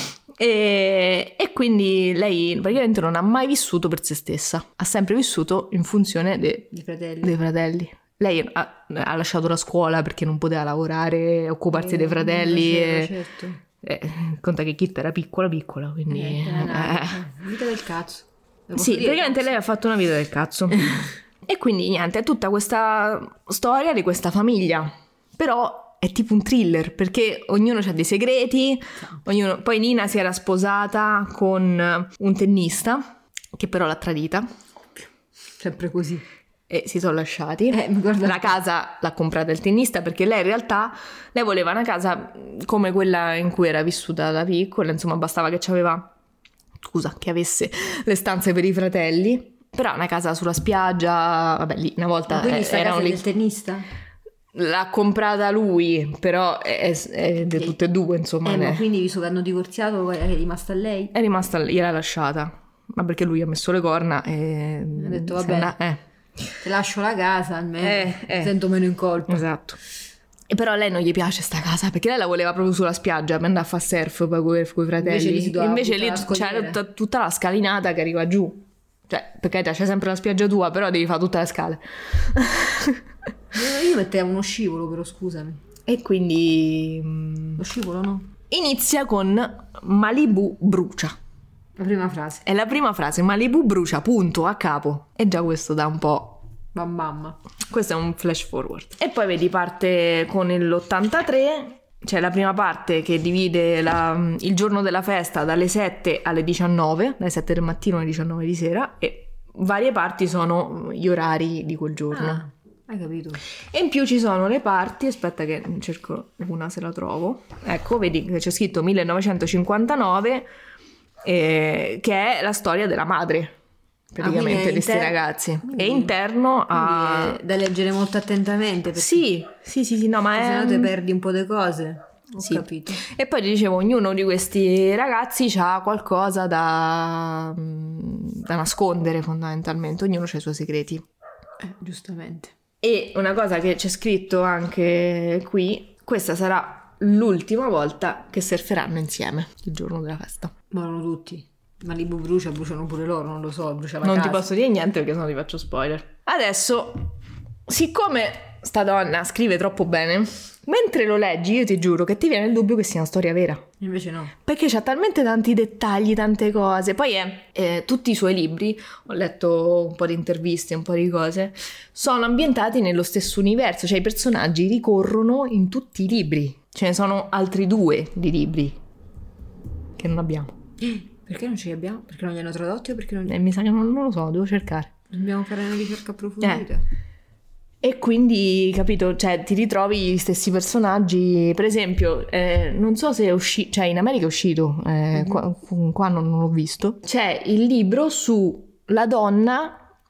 E quindi lei praticamente non ha mai vissuto per se stessa, ha sempre vissuto in funzione dei fratelli. Lei ha lasciato la scuola perché non poteva lavorare, occuparsi dei fratelli. Certo. Conta che Kit era piccola, quindi... Vita del cazzo. Sì, praticamente lei ha fatto una vita del cazzo. E quindi niente, è tutta questa storia di questa famiglia. Però è tipo un thriller, perché ognuno ha dei segreti. Poi Nina si era sposata con un tennista, che però l'ha tradita. Sempre così. E si sono lasciati. Guarda. La casa l'ha comprata il tennista, perché lei in realtà voleva una casa come quella in cui era vissuta da piccola, insomma bastava che che avesse le stanze per i fratelli, però una casa sulla spiaggia, vabbè, lì una volta quindi sta erano casa lì. del tennista? L'ha comprata lui, però è di tutte e due, insomma. Ma quindi visto che hanno divorziato è rimasta a lei? È rimasta, gliel'ha lasciata, ma perché lui ha messo le corna e ha detto vabbè, ti lascio la casa, almeno sento meno in colpa. Esatto. E però a lei non gli piace sta casa, perché lei la voleva proprio sulla spiaggia per andare a fare surf con i fratelli. Invece lì c'è tutta la scalinata che arriva giù. Cioè, perché c'è sempre la spiaggia tua, però devi fare tutte le scale. Io mettevo uno scivolo, però scusami. E quindi... Lo scivolo no? Inizia con Malibu brucia. La prima frase. È la prima frase, Malibu brucia, punto, a capo. E già questo dà un po'... Mamma. Questo è un flash forward. E poi vedi, parte con l'83, c'è la prima parte che divide il giorno della festa dalle 7 alle 19, dalle 7 del mattino alle 19 di sera, e varie parti sono gli orari di quel giorno. Hai capito? E in più ci sono le parti, aspetta che cerco una se la trovo. Ecco, vedi che c'è scritto 1959, che è la storia della madre. Praticamente di questi ragazzi. È interno a... È da leggere molto attentamente. Sì, no, ma se no te perdi un po' di cose. Ho capito. E poi dicevo, ognuno di questi ragazzi ha qualcosa da nascondere, fondamentalmente. Ognuno ha i suoi segreti. Giustamente. E una cosa che c'è scritto anche qui, questa sarà l'ultima volta che surferanno insieme il giorno della festa. Morono tutti. Malibu bruciano pure loro, non lo so, brucia la non casa. Ti posso dire niente perché sennò ti faccio spoiler. Adesso, siccome sta donna scrive troppo bene, mentre lo leggi io ti giuro che ti viene il dubbio che sia una storia vera. Invece no. Perché c'ha talmente tanti dettagli, tante cose. Poi tutti i suoi libri, ho letto un po' di interviste, un po' di cose, sono ambientati nello stesso universo, cioè i personaggi ricorrono in tutti i libri. Ce ne sono altri 2 di libri che non abbiamo. Perché non ce li abbiamo? Perché non li hanno tradotti o perché non li... Mi sa che non lo so, devo cercare. Dobbiamo fare una ricerca approfondita. E quindi, capito, cioè ti ritrovi gli stessi personaggi. Per esempio, non so se è uscito, cioè in America è uscito, qua non l'ho visto. C'è il libro sulla donna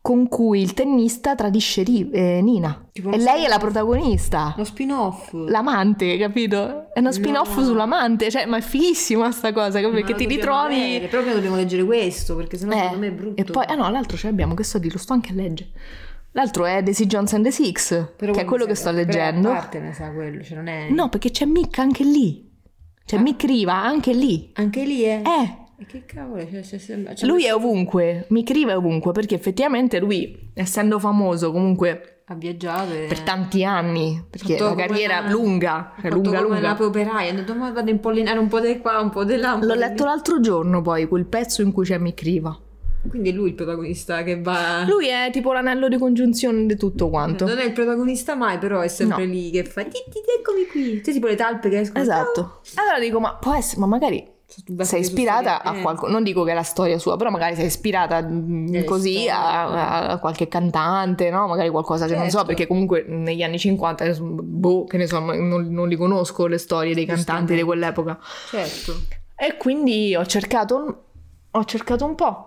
con cui il tennista tradisce Nina. Tipo E uno lei è la spin-off. protagonista. Lo spin-off. L'amante, capito? È uno spin-off No. sull'amante, cioè, ma è fighissima sta cosa, capito? Ma Perché lo ti dobbiamo ritrovi... avere, proprio dobbiamo leggere questo, perché sennò secondo me è brutto. E poi, no, l'altro ce l'abbiamo, che sto a dire, lo sto anche a leggere. L'altro è Daisy Jones and the Six, Però che è quello che sto leggendo. Però a parte ne sa quello, cioè non è... No, perché c'è Mick anche lì. C'è Mick Riva anche lì. Anche lì è... Eh, E che cavolo, cioè, lui è ovunque, Mick Riva è ovunque, perché effettivamente lui, essendo famoso comunque ha viaggiato e... per tanti anni, perché Fatto la come carriera una- lunga, ha è fatto lunga come lunga. l'ape operaia, ha detto ma vado a impollinare un po' di qua, un po' di là, un po' L'ho di letto lì. l'altro giorno poi, quel pezzo in cui c'è Mick Riva. Quindi è lui il protagonista che va... Lui è tipo l'anello di congiunzione di tutto quanto. Non è il protagonista mai, però è sempre No. lì che fa eccomi qui. Cioè tipo le talpe che escono. Esatto. Allora dico, ma può essere, ma magari sei ispirata a qualcosa, non dico che è la storia sua, però magari sei ispirata così storie. a qualche cantante, no? Magari qualcosa, che non so, Certo. perché comunque negli anni 50, boh, che ne so, non li conosco le storie dei cantanti di quell'epoca. Certo. E quindi ho cercato un po'.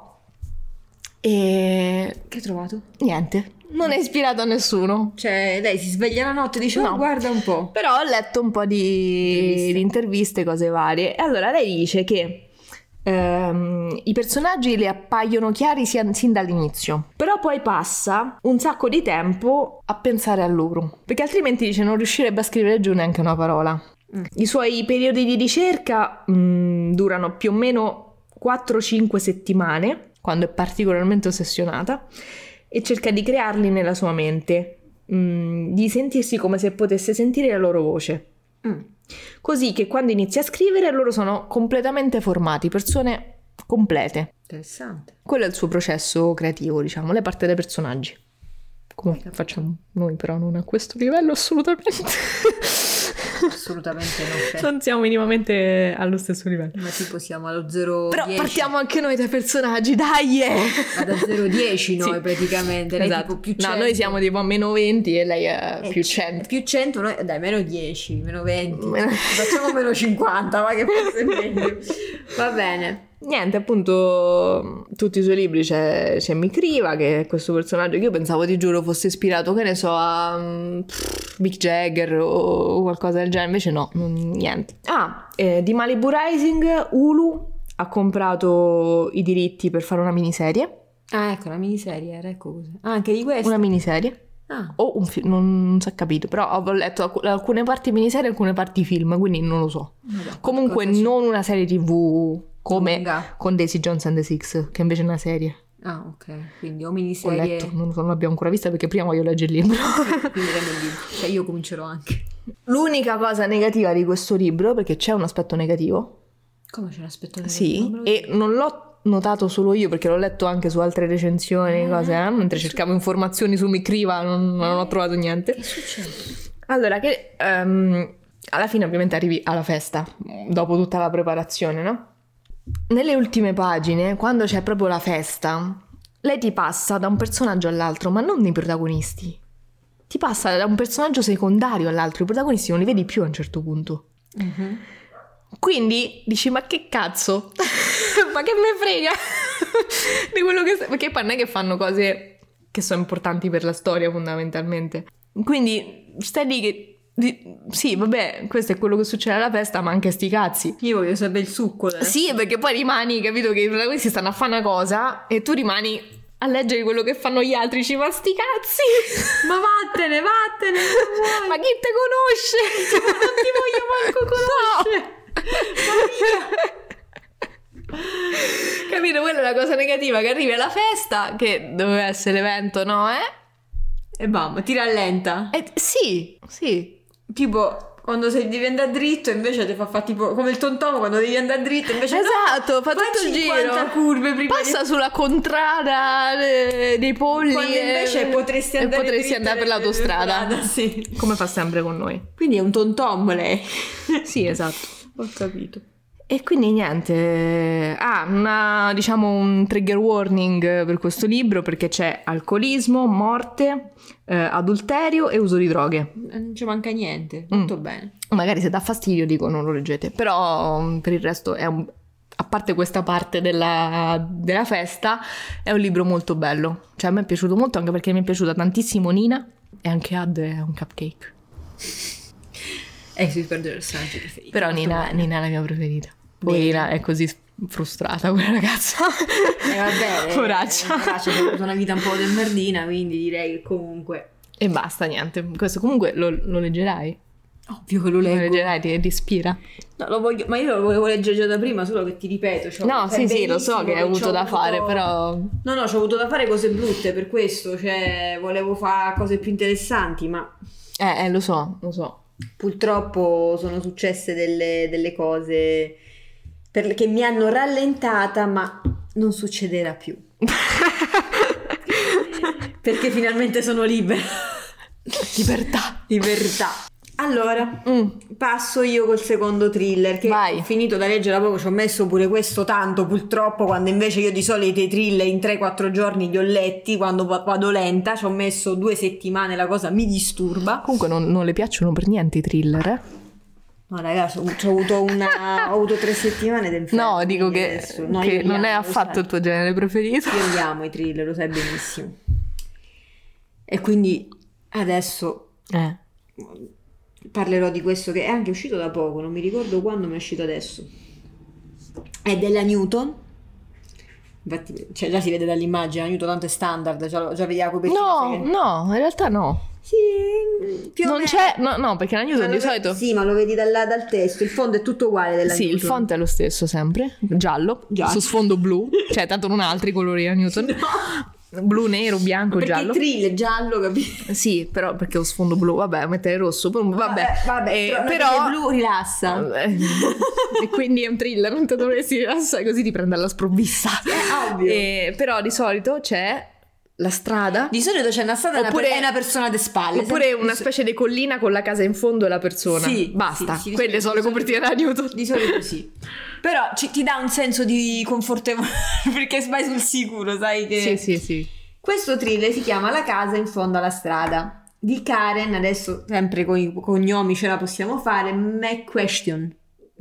E Che hai trovato? niente, non è ispirato a nessuno. Cioè lei si sveglia la notte e dice No. oh, guarda un po'. Però ho letto un po' di interviste, cose varie. E allora lei dice che i personaggi le appaiono chiari sin dall'inizio, però poi passa un sacco di tempo a pensare a loro, perché altrimenti dice non riuscirebbe a scrivere giù neanche una parola. I suoi periodi di ricerca durano più o meno 4-5 settimane, quando è particolarmente ossessionata, e cerca di crearli nella sua mente, di sentirsi come se potesse sentire la loro voce. Così che quando inizia a scrivere loro sono completamente formati, persone complete. Interessante. Quello è il suo processo creativo, diciamo, lei parte dai personaggi. Come facciamo noi, però non a questo livello assolutamente. Assolutamente no. Cioè, Non siamo minimamente allo stesso livello. ma tipo siamo allo 0 Però partiamo anche noi dai personaggi, dai! da 0-10 noi Sì. praticamente. Lei Esatto. tipo più No, 100. noi siamo tipo a meno 20 e lei è più 100. Più 100, noi dai, meno 10, meno 20. Meno- Facciamo meno 50, ma che forse è meglio. Va bene. Niente, appunto, tutti i suoi libri c'è Mick Riva, che è questo personaggio che io pensavo, ti giuro, fosse ispirato, che ne so, a Mick Jagger o qualcosa del genere, invece no, niente. Di Malibu Rising, Hulu ha comprato i diritti per fare una miniserie. Ah, ecco, una miniserie era, ecco così. Ah, anche di questo. Una miniserie. Ah, O un film, non si è capito, però ho letto alcune parti miniserie e alcune parti film, quindi non lo so. vabbè, Comunque qualcosa non una serie TV come lunga. con Daisy Jones and the Six, che invece è una serie. Ah, ok. Quindi o Ho miniserie. letto, non l'abbiamo ancora vista perché prima voglio leggere il libro. Quindi prendo il libro. Cioè io comincerò anche. L'unica cosa negativa di questo libro, perché c'è un aspetto negativo, Come c'è l'aspetto sì, e non l'ho notato solo io perché l'ho letto anche su altre recensioni, cose, mentre cercavo informazioni su Mick Riva non ho trovato niente. Che succede? Allora, che alla fine ovviamente arrivi alla festa, dopo tutta la preparazione, no? Nelle ultime pagine, quando c'è proprio la festa, lei ti passa da un personaggio all'altro, ma non i protagonisti. Ti passa da un personaggio secondario all'altro, i protagonisti non li vedi più a un certo punto. Quindi dici, ma che cazzo? Ma che me frega di quello che... Perché poi non è che fanno cose che sono importanti per la storia fondamentalmente. Quindi stai lì che... Sì, vabbè, questo è quello che succede alla festa, ma anche sti cazzi. Io voglio sapere il succo. Sì, perché poi rimani, capito, che i protagonisti stanno a fare una cosa e tu rimani a leggere quello che fanno gli altri, dici, ma sti cazzi! Ma vattene, non vuoi. Ma chi te conosce? Non ti voglio manco conoscere. Capito? Quella è la cosa negativa, che arrivi alla festa, che doveva essere l'evento, no? E bam, ti rallenta. Sì. Tipo quando devi andare dritto invece ti fa tipo come il tontomo quando devi andare dritto invece Esatto, fa fai tutto il 50 giro. curve prima Passa sulla contrada dei polli quando invece potresti andare dritta per l'autostrada. sì. Come fa sempre con noi. Quindi è un tontom lei. Sì, esatto. Ho capito. E quindi niente, diciamo un trigger warning per questo libro, perché c'è alcolismo, morte, adulterio e uso di droghe. Non ci manca niente. Tutto bene. Magari se dà fastidio dico non lo leggete, però per il resto è parte questa parte della festa, è un libro molto bello. Cioè a me è piaciuto molto, anche perché mi è piaciuta tantissimo Nina, e anche Ad è un cupcake. Si perde il personaggio preferito. Però Nina è la mia preferita. Poverina, è così frustrata quella ragazza. Vabbè, Poraccia. ha avuto una vita un po' demmerdina, quindi direi che comunque... E basta, niente. Questo comunque lo leggerai? Ovvio che lo Lo leggo. leggerai, ti ispira? No, lo voglio, ma io lo volevo leggere già da prima, solo che ti ripeto. No, sì, lo so che hai avuto da fare, però... No, c'ho avuto da fare cose brutte per questo, cioè volevo fare cose più interessanti, ma lo so. purtroppo sono successe delle cose che mi hanno rallentata, ma non succederà più. Perché finalmente sono libera. Libertà. Allora, passo io col secondo thriller, che Vai. ho finito da leggere da poco, ci ho messo pure questo tanto purtroppo, quando invece io di solito i thriller in 3-4 giorni li ho letti, quando vado lenta, ci ho messo 2 settimane, la cosa mi disturba. Comunque non le piacciono per niente i thriller, eh? No ragazzi, ho avuto 3 settimane d'inferno. No, dico quindi che, adesso- no, che io li non è amo, lo affatto sai. il tuo genere preferito. Io li amo i thriller, lo sai benissimo. E quindi adesso parlerò di questo che è anche uscito da poco, non mi ricordo quando, ma è uscito adesso. È della Newton. Infatti, cioè, già si vede dall'immagine, la Newton tanto è standard, già vedi la copertina. sai che- No, in realtà no. Sì, più o Non meno. c'è, no, perché la Ma Newton lo di ve- solito... Sì, ma lo vedi dal testo, il fondo è tutto uguale della Sì, il Newton. font è lo stesso sempre, giallo, Giallo. su sfondo blu, cioè tanto non ha altri colori la Newton. Blu, nero, bianco, Perché giallo. il thriller giallo, capito? Sì, però perché ho sfondo blu, vabbè, mettere rosso, poi vabbè. però il blu rilassa. E quindi è un thriller, non te dovresti rilassare così ti prende alla sprovvista. È ovvio. Però di solito c'è la strada, Di solito c'è una strada Oppure- e una persona alle spalle. oppure una specie di collina con la casa in fondo e la persona. Sì, Basta, sì, di quelle solito- sono le di copertine della Newton. Di solito sì. Però ti dà un senso di confortevole perché vai sul sicuro, sai che... Sì. Questo thriller si chiama La casa in fondo alla strada, di Karen, adesso sempre con i cognomi ce la possiamo fare, McQuestion.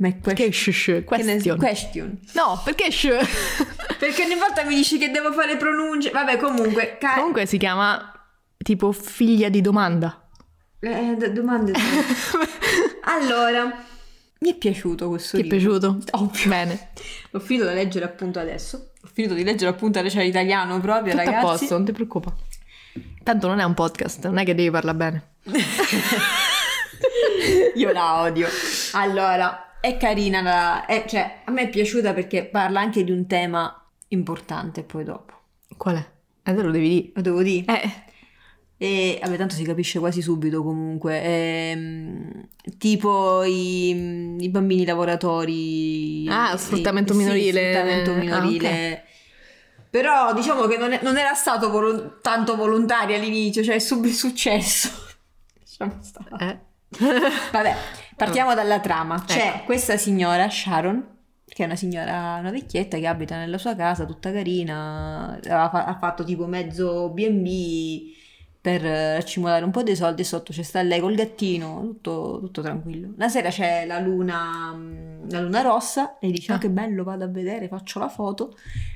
Question. No, perché Perché ogni volta mi dici che devo fare pronunce. Vabbè, comunque. Comunque si chiama tipo figlia di domanda. Domande. Allora, mi è piaciuto questo Ti è libro. piaciuto? Ovvio. Bene. L'ho finito da leggere appunto adesso. Ho finito di leggere appunto adesso l'italiano proprio, Tutto ragazzi. a posto, non ti preoccupa. Tanto non è un podcast, non è che devi parlare bene. Io la odio. Allora, è carina, cioè a me è piaciuta perché parla anche di un tema importante poi dopo. Qual è? Te lo devi dire. Lo devo dire? Eh. E vabbè, tanto si capisce quasi subito comunque. Tipo i bambini lavoratori. Sfruttamento sì, minorile. Sfruttamento minorile. Però diciamo che non era stato tanto volontario all'inizio, cioè è subito successo. Lasciamo stare. Vabbè, partiamo dalla trama. C'è questa signora, Sharon, che è una vecchietta che abita nella sua casa, tutta carina, ha fatto tipo mezzo B&B per accumulare un po' dei soldi, e sotto c'è sta lei col gattino, tutto tranquillo. Una sera c'è la luna rossa, e dice: che bello, vado a vedere, faccio la foto.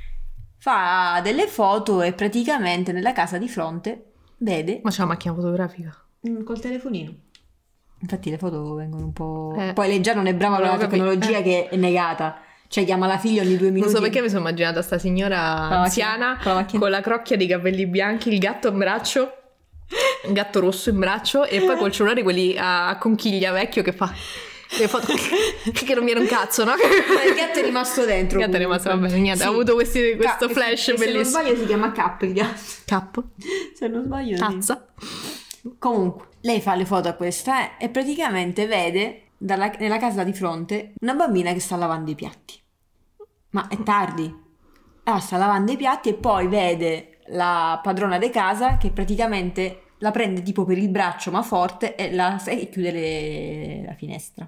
Fa delle foto e praticamente nella casa di fronte vede Ma c'è la macchina fotografica. col telefonino. Infatti le foto vengono un po'... Eh. Poi lei già non è brava con la Volevo capire. tecnologia, che è negata. Cioè chiama la figlia ogni 2 minuti. Non so perché mi sono immaginata sta signora la anziana macchina- con la macchina. con la crocchia di capelli bianchi, il gatto in braccio, un gatto rosso in braccio, e poi col cellulare quelli a conchiglia vecchio che fa le foto che non viene un cazzo, no? Il gatto è rimasto dentro. Il gatto è rimasto, va bene, niente, Sì. ha avuto questo Ca- flash e se non bellissimo. sbaglio si chiama Cap il gatto. Cap, Se non sbaglio sì. tazza. Comunque, lei fa le foto a questa e praticamente vede nella casa di fronte una bambina che sta lavando i piatti. Ma è tardi. Sta lavando i piatti e poi vede la padrona di casa che praticamente la prende tipo per il braccio ma forte e chiude la finestra.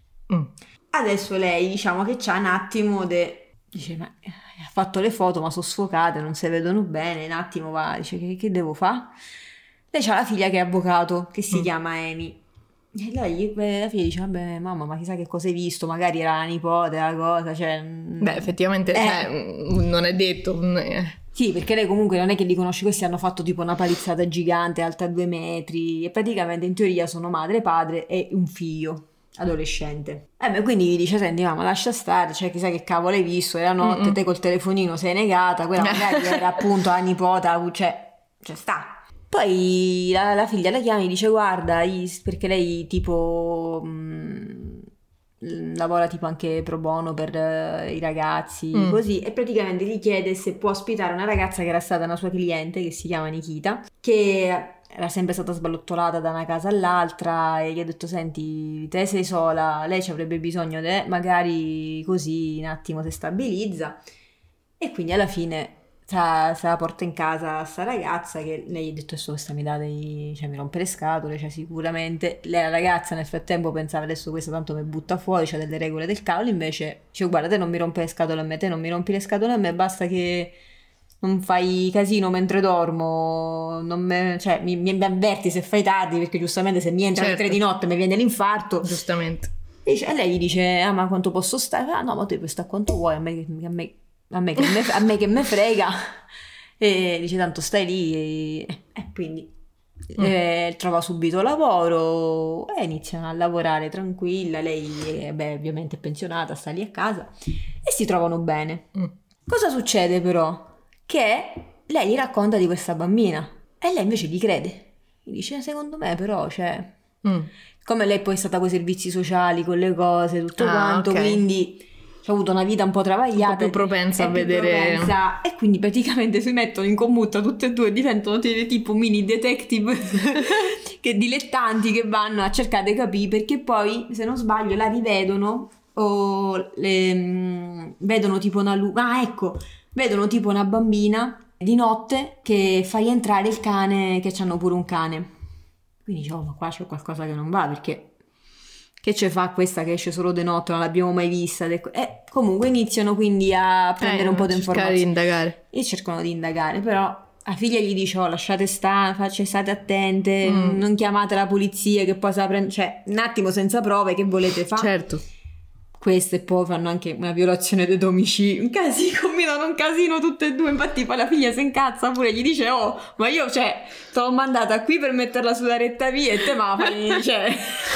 Adesso lei diciamo che c'ha un attimo dice ma ha fatto le foto ma sono sfocate, non si vedono bene, un attimo va, dice che devo fare? Lei c'ha la figlia che è avvocato, che si chiama Amy. E lei, la figlia dice, vabbè mamma, ma chissà che cosa hai visto, magari era la nipote, la cosa, cioè... Beh, effettivamente, non è detto. Sì, perché lei comunque non è che li conosce, questi hanno fatto tipo una palizzata gigante, alta 2 metri, e praticamente in teoria sono madre, padre e un figlio adolescente. Beh, quindi gli dice, senti mamma, lascia stare, cioè chissà che cavolo hai visto, era notte, te col telefonino sei negata, quella magari era appunto la nipota, cioè sta. Poi la figlia la chiama e dice, guarda, perché lei tipo... lavora tipo anche pro bono per i ragazzi, così, e praticamente gli chiede se può ospitare una ragazza che era stata una sua cliente, che si chiama Nikita, che era sempre stata sballottolata da una casa all'altra, e gli ha detto, senti, te sei sola, lei ci avrebbe bisogno di magari così un attimo si stabilizza, e quindi alla fine se la porta in casa sta ragazza, che lei gli ha detto, adesso questa mi dà cioè mi rompe le scatole, cioè sicuramente la ragazza nel frattempo pensava, adesso questa tanto mi butta fuori, c'ha delle regole del cavolo, invece dice, guarda, te non mi rompe le scatole a me, te non mi rompi le scatole a me, basta che non fai casino mentre dormo, cioè mi avverti se fai tardi, perché giustamente se mi entra alle 3 di notte mi viene l'infarto, giustamente. E lei gli dice, ma quanto posso stare? No, ma tu puoi stare quanto vuoi, a me che me frega, e dice tanto stai lì, e quindi trova subito lavoro e iniziano a lavorare tranquilla, lei ovviamente è pensionata, sta lì a casa e si trovano bene. Cosa succede però? Che lei gli racconta di questa bambina e lei invece gli crede, gli dice, secondo me però, cioè come lei poi è stata con i servizi sociali, con le cose, tutto quanto, okay. Quindi ha avuto una vita un po' travagliata, un po' più propensa a vedere, e quindi praticamente si mettono in commutta tutte e due, diventano tipo mini detective che dilettanti che vanno a cercare di capire, perché poi se non sbaglio la rivedono o vedono tipo una vedono tipo una bambina di notte che fa rientrare il cane, che c'hanno pure un cane, quindi dicevo, ma qua c'è qualcosa che non va, perché che ce fa questa che esce solo di notte, non l'abbiamo mai vista, comunque iniziano quindi a prendere un po' di informazioni, di indagare, e cercano di indagare, però la figlia gli dice, lasciate stare, state attente, non chiamate la polizia che poi cioè un attimo senza prove, che volete fare? Certo. Queste poi fanno anche una violazione di domicilio, un casino, combinano un casino tutte e due, infatti poi la figlia si incazza pure, gli dice, oh, ma io, cioè, te l'ho mandata qui per metterla sulla retta via e te ma fai, cioè...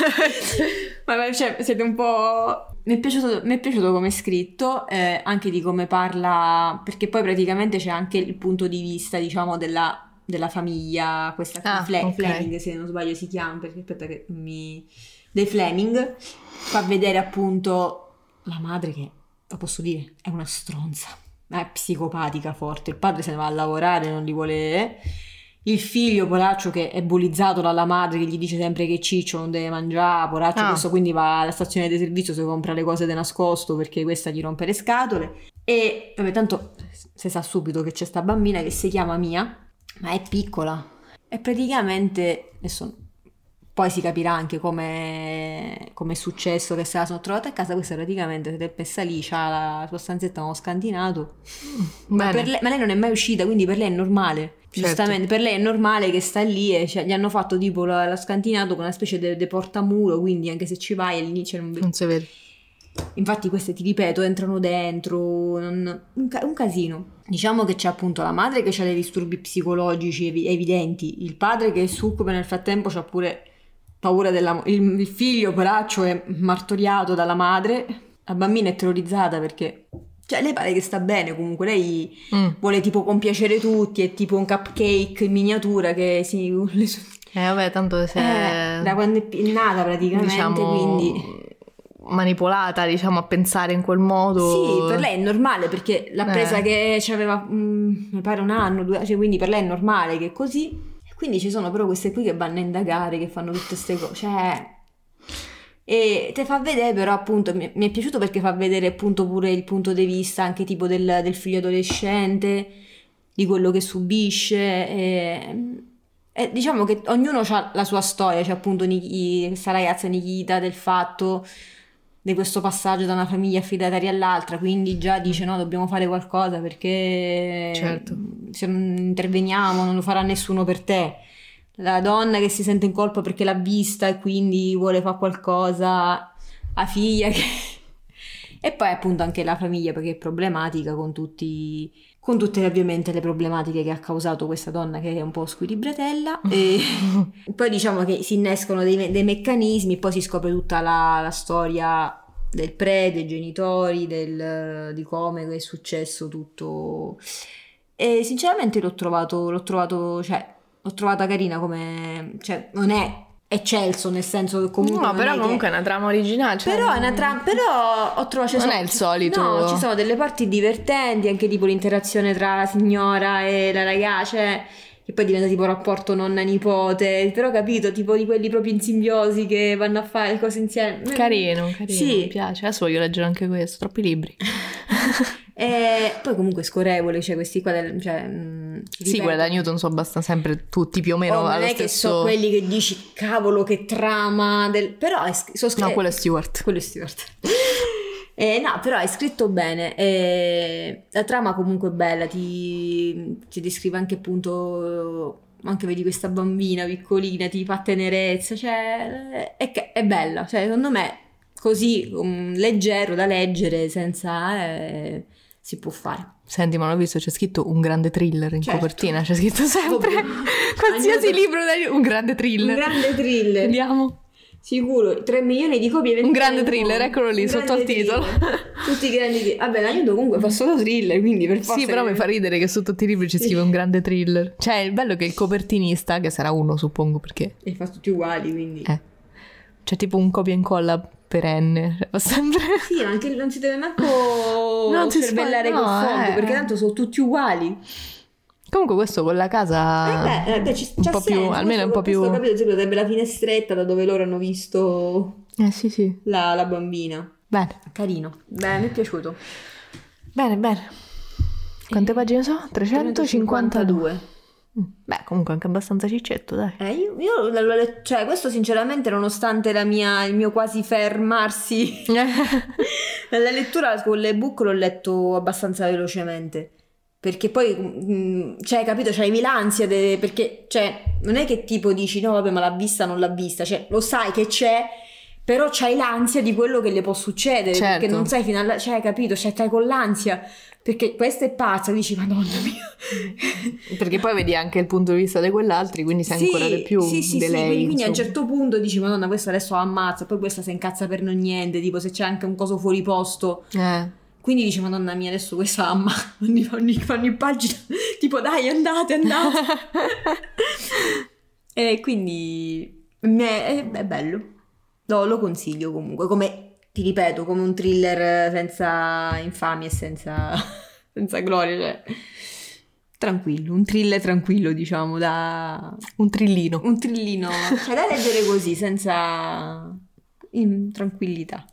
ma cioè, siete un po'... Mi è piaciuto come è scritto, anche di come parla, perché poi praticamente c'è anche il punto di vista, diciamo, della famiglia, questa Fleming, se non sbaglio si chiama, perché aspetta che dei Fleming, fa vedere appunto la madre che, lo posso dire, è una stronza, è psicopatica forte, il padre se ne va a lavorare, non li vuole, il figlio poraccio che è bullizzato dalla madre che gli dice sempre che ciccio non deve mangiare, poraccio questo, quindi va alla stazione di servizio, si compra le cose di nascosto perché questa gli rompe le scatole, e vabbè, tanto si sa subito che c'è sta bambina che si chiama Mia, ma è piccola, e praticamente adesso poi si capirà anche come è successo che se la sono trovata a casa, questa praticamente si è messa lì, c'ha la sua stanzetta uno scantinato, ma lei non è mai uscita, quindi per lei è normale. Certo. Giustamente, per lei è normale che sta lì e gli hanno fatto tipo lo scantinato con una specie di portamuro, quindi anche se ci vai all'inizio non si vede. Infatti queste, ti ripeto, entrano dentro, un casino. Diciamo che c'è appunto la madre che ha dei disturbi psicologici evidenti, il padre che è succube, nel frattempo c'ha pure paura il figlio poraccio è martoriato dalla madre, la bambina è terrorizzata perché, cioè, lei pare che sta bene, comunque lei vuole tipo compiacere tutti, è tipo un cupcake in miniatura che si... vabbè, tanto da quando è nata praticamente, diciamo, quindi... manipolata, diciamo, a pensare in quel modo. Sì, per lei è normale perché l'ha presa che aveva, mi pare, 1 anno, 2, cioè, quindi per lei è normale che è così. Quindi ci sono però queste qui che vanno a indagare, che fanno tutte queste cose, cioè... E te fa vedere però appunto, mi è piaciuto perché fa vedere appunto pure il punto di vista anche tipo del figlio adolescente, di quello che subisce, e diciamo che ognuno ha la sua storia, c'è appunto questa ragazza Nikita, del fatto di questo passaggio da una famiglia affidataria all'altra, quindi già dice no, dobbiamo fare qualcosa perché certo, se non interveniamo non lo farà nessuno per te. la donna che si sente in colpa perché l'ha vista e quindi vuole fare qualcosa, la figlia che... E poi appunto anche la famiglia perché è problematica con tutte ovviamente le problematiche che ha causato questa donna che è un po' squilibratella e poi diciamo che si innescono dei meccanismi, poi si scopre tutta la storia dei genitori, di come è successo tutto e sinceramente l'ho trovata carina come, cioè non è eccelso nel senso che comunque No, non però è comunque è una trama originale. Cioè però è una trama, però ho trovato non è il solito. No, ci sono delle parti divertenti, anche tipo l'interazione tra la signora e la ragazza, cioè, che poi diventa tipo rapporto nonna-nipote, però capito, tipo di quelli proprio in simbiosi che vanno a fare cose insieme. Carino, Sì. mi piace. Adesso voglio leggere anche questo, troppi libri. E poi comunque scorrevole, cioè questi qua Sì, quelle da Newton sono abbastanza sempre tutti più o meno non allo è stesso... che so quelli che dici cavolo che trama però No, quello è Stewart. quello è Stewart. No, però è scritto bene. La trama comunque è bella, ti descrive anche appunto, anche vedi questa bambina piccolina, ti fa tenerezza, cioè è bella, cioè secondo me così leggero da leggere senza si può fare. Senti, ma l'ho visto, c'è scritto un grande thriller in Certo. copertina, c'è scritto sempre Ovvio. qualsiasi Agnuto. libro un grande thriller. Un grande thriller. Vediamo. Sicuro, 3 milioni di copie Un grande vendute. thriller, eccolo lì, Un sotto grande al titolo. thriller. Tutti i grandi thriller. Vabbè, l'aiuto comunque fa solo thriller, quindi per forza. Sì, però mi fa ridere che su tutti i libri ci scrive un grande thriller. Cioè, il bello è che il copertinista, che sarà uno suppongo perché E fa tutti uguali, quindi. c'è tipo un copia e incolla perenne, cioè, fa sempre... Sì, ma anche non si deve manco Non si cervellare sbaglia, col no, fondo, perché tanto sono tutti uguali. Comunque questo con la casa un po' più, almeno è un po' più... Questo capito, tipo, sarebbe la finestretta da dove loro hanno visto sì. la bambina. Bene. Carino. Beh, mi è piaciuto. Bene. Quante pagine sono? 352. Beh, comunque anche abbastanza ciccetto, dai. Io l'ho letto, cioè questo sinceramente nonostante il mio quasi fermarsi nella lettura con l'ebook l'ho letto abbastanza velocemente perché poi cioè capito c'hai l'ansia perché cioè non è che tipo dici no vabbè ma l'ha vista non l'ha vista, cioè lo sai che c'è però c'hai l'ansia di quello che le può succedere, certo. Perché non sai fino alla... cioè capito, cioè stai con l'ansia perché questa è pazza, dici madonna mia. Perché poi vedi anche il punto di vista di quell'altri, quindi sai ancora di più sì, di lei. quindi a un certo punto dici madonna questa adesso ammazza, poi questa si incazza per non niente, tipo se c'è anche un coso fuori posto. Quindi dici madonna mia adesso questa ammazza, ogni pagina tipo dai andate. E quindi è bello. Lo consiglio comunque, come ti ripeto, come un thriller senza infamia e senza gloria, cioè tranquillo, un thriller tranquillo, diciamo, un trillino, cioè da leggere così, senza tranquillità.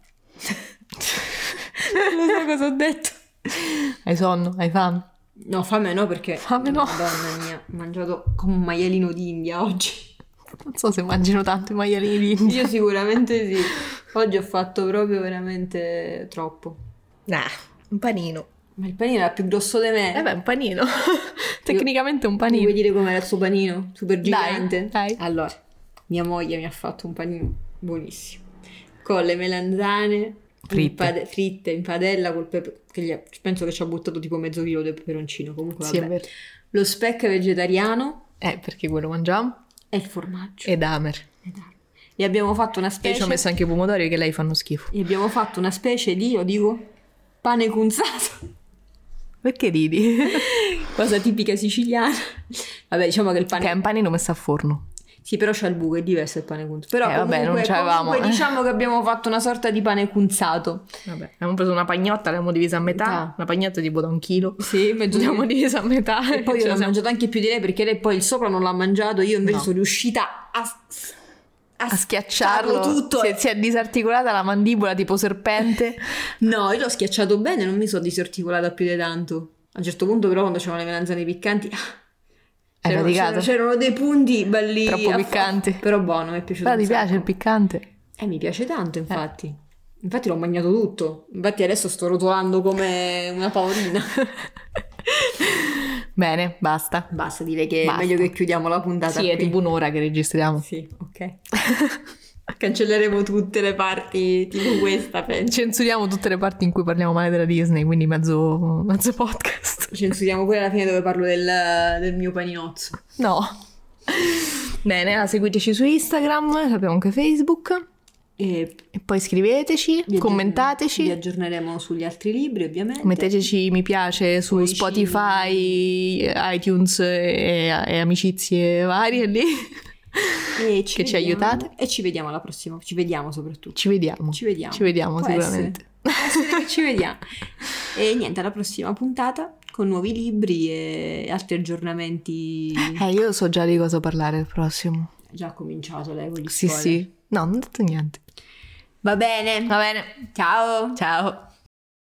Non so cosa ho detto. Hai sonno? Hai fame? No, fame no, perché fame no. Madonna mia, ho mangiato come un maialino d'India oggi. Non so se mangino tanto i maialini d'India. Io sicuramente sì. Oggi ho fatto proprio veramente troppo. Un panino. Ma il panino era più grosso di me. Beh, un panino. Tecnicamente un panino. Vuoi dire com'era il suo panino? Super gigante? Dai. Allora, mia moglie mi ha fatto un panino buonissimo. Con le melanzane fritte in padella col pepe... penso che ci ha buttato tipo mezzo chilo di peperoncino. Comunque Sì, vabbè. è vero. Lo speck vegetariano. Perché quello mangiamo. E il formaggio. E Damer. E abbiamo fatto una E specie... ci ho messo anche i pomodori che lei fanno schifo. E abbiamo fatto una specie di, io dico, pane cunzato. Perché ridi? Cosa tipica siciliana. Vabbè, diciamo che il pane... Che è un panino messo a forno. Sì, però c'è il buco, è diverso il pane cunzato. Però vabbè, non c'avevamo. Comunque diciamo che abbiamo fatto una sorta di pane cunzato. Vabbè, abbiamo preso una pagnotta, l'abbiamo divisa a metà. Una pagnotta tipo da 1 chilo. Sì, mezzo l'abbiamo divisa a metà. E poi io l'ho mangiato anche più di lei perché lei poi il sopra non l'ha mangiato. Io invece sono riuscita a schiacciarlo tutto. Si è disarticolata la mandibola tipo serpente. No, io l'ho schiacciato bene, non mi sono disarticolata più di tanto. A un certo punto però quando c'erano le melanzane piccanti c'erano dei punti belli troppo piccanti. Però buono, mi è piaciuto. Però ti piace il piccante? Mi piace tanto, infatti. Infatti l'ho mangiato tutto. Infatti adesso sto rotolando come una paolina. Bene, basta. Basta, direi che Basta. è meglio che chiudiamo la puntata Sì, è qui. tipo un'ora che registriamo. Sì, ok. Cancelleremo tutte le parti tipo questa, penso. Censuriamo tutte le parti in cui parliamo male della Disney, quindi mezzo podcast. Censuriamo pure alla fine dove parlo del mio paninozzo. No. Bene, seguiteci su Instagram, abbiamo anche Facebook. E E poi scriveteci, vi commentateci, aggiorneremo sugli altri libri, ovviamente. metteteci mi piace su Cuoricini. Spotify, iTunes e amicizie varie lì. E che ci vediamo. aiutate. E ci vediamo alla prossima. Ci vediamo soprattutto. Ci vediamo. Ci vediamo. Ci vediamo Può sicuramente. Può essere che ci vediamo. E niente, alla prossima puntata con nuovi libri e altri aggiornamenti. Io so già di cosa parlare il prossimo. Già cominciato lei con gli Sì, spoiler. sì. No, non ho detto niente. Va bene. Va bene. Ciao. Ciao.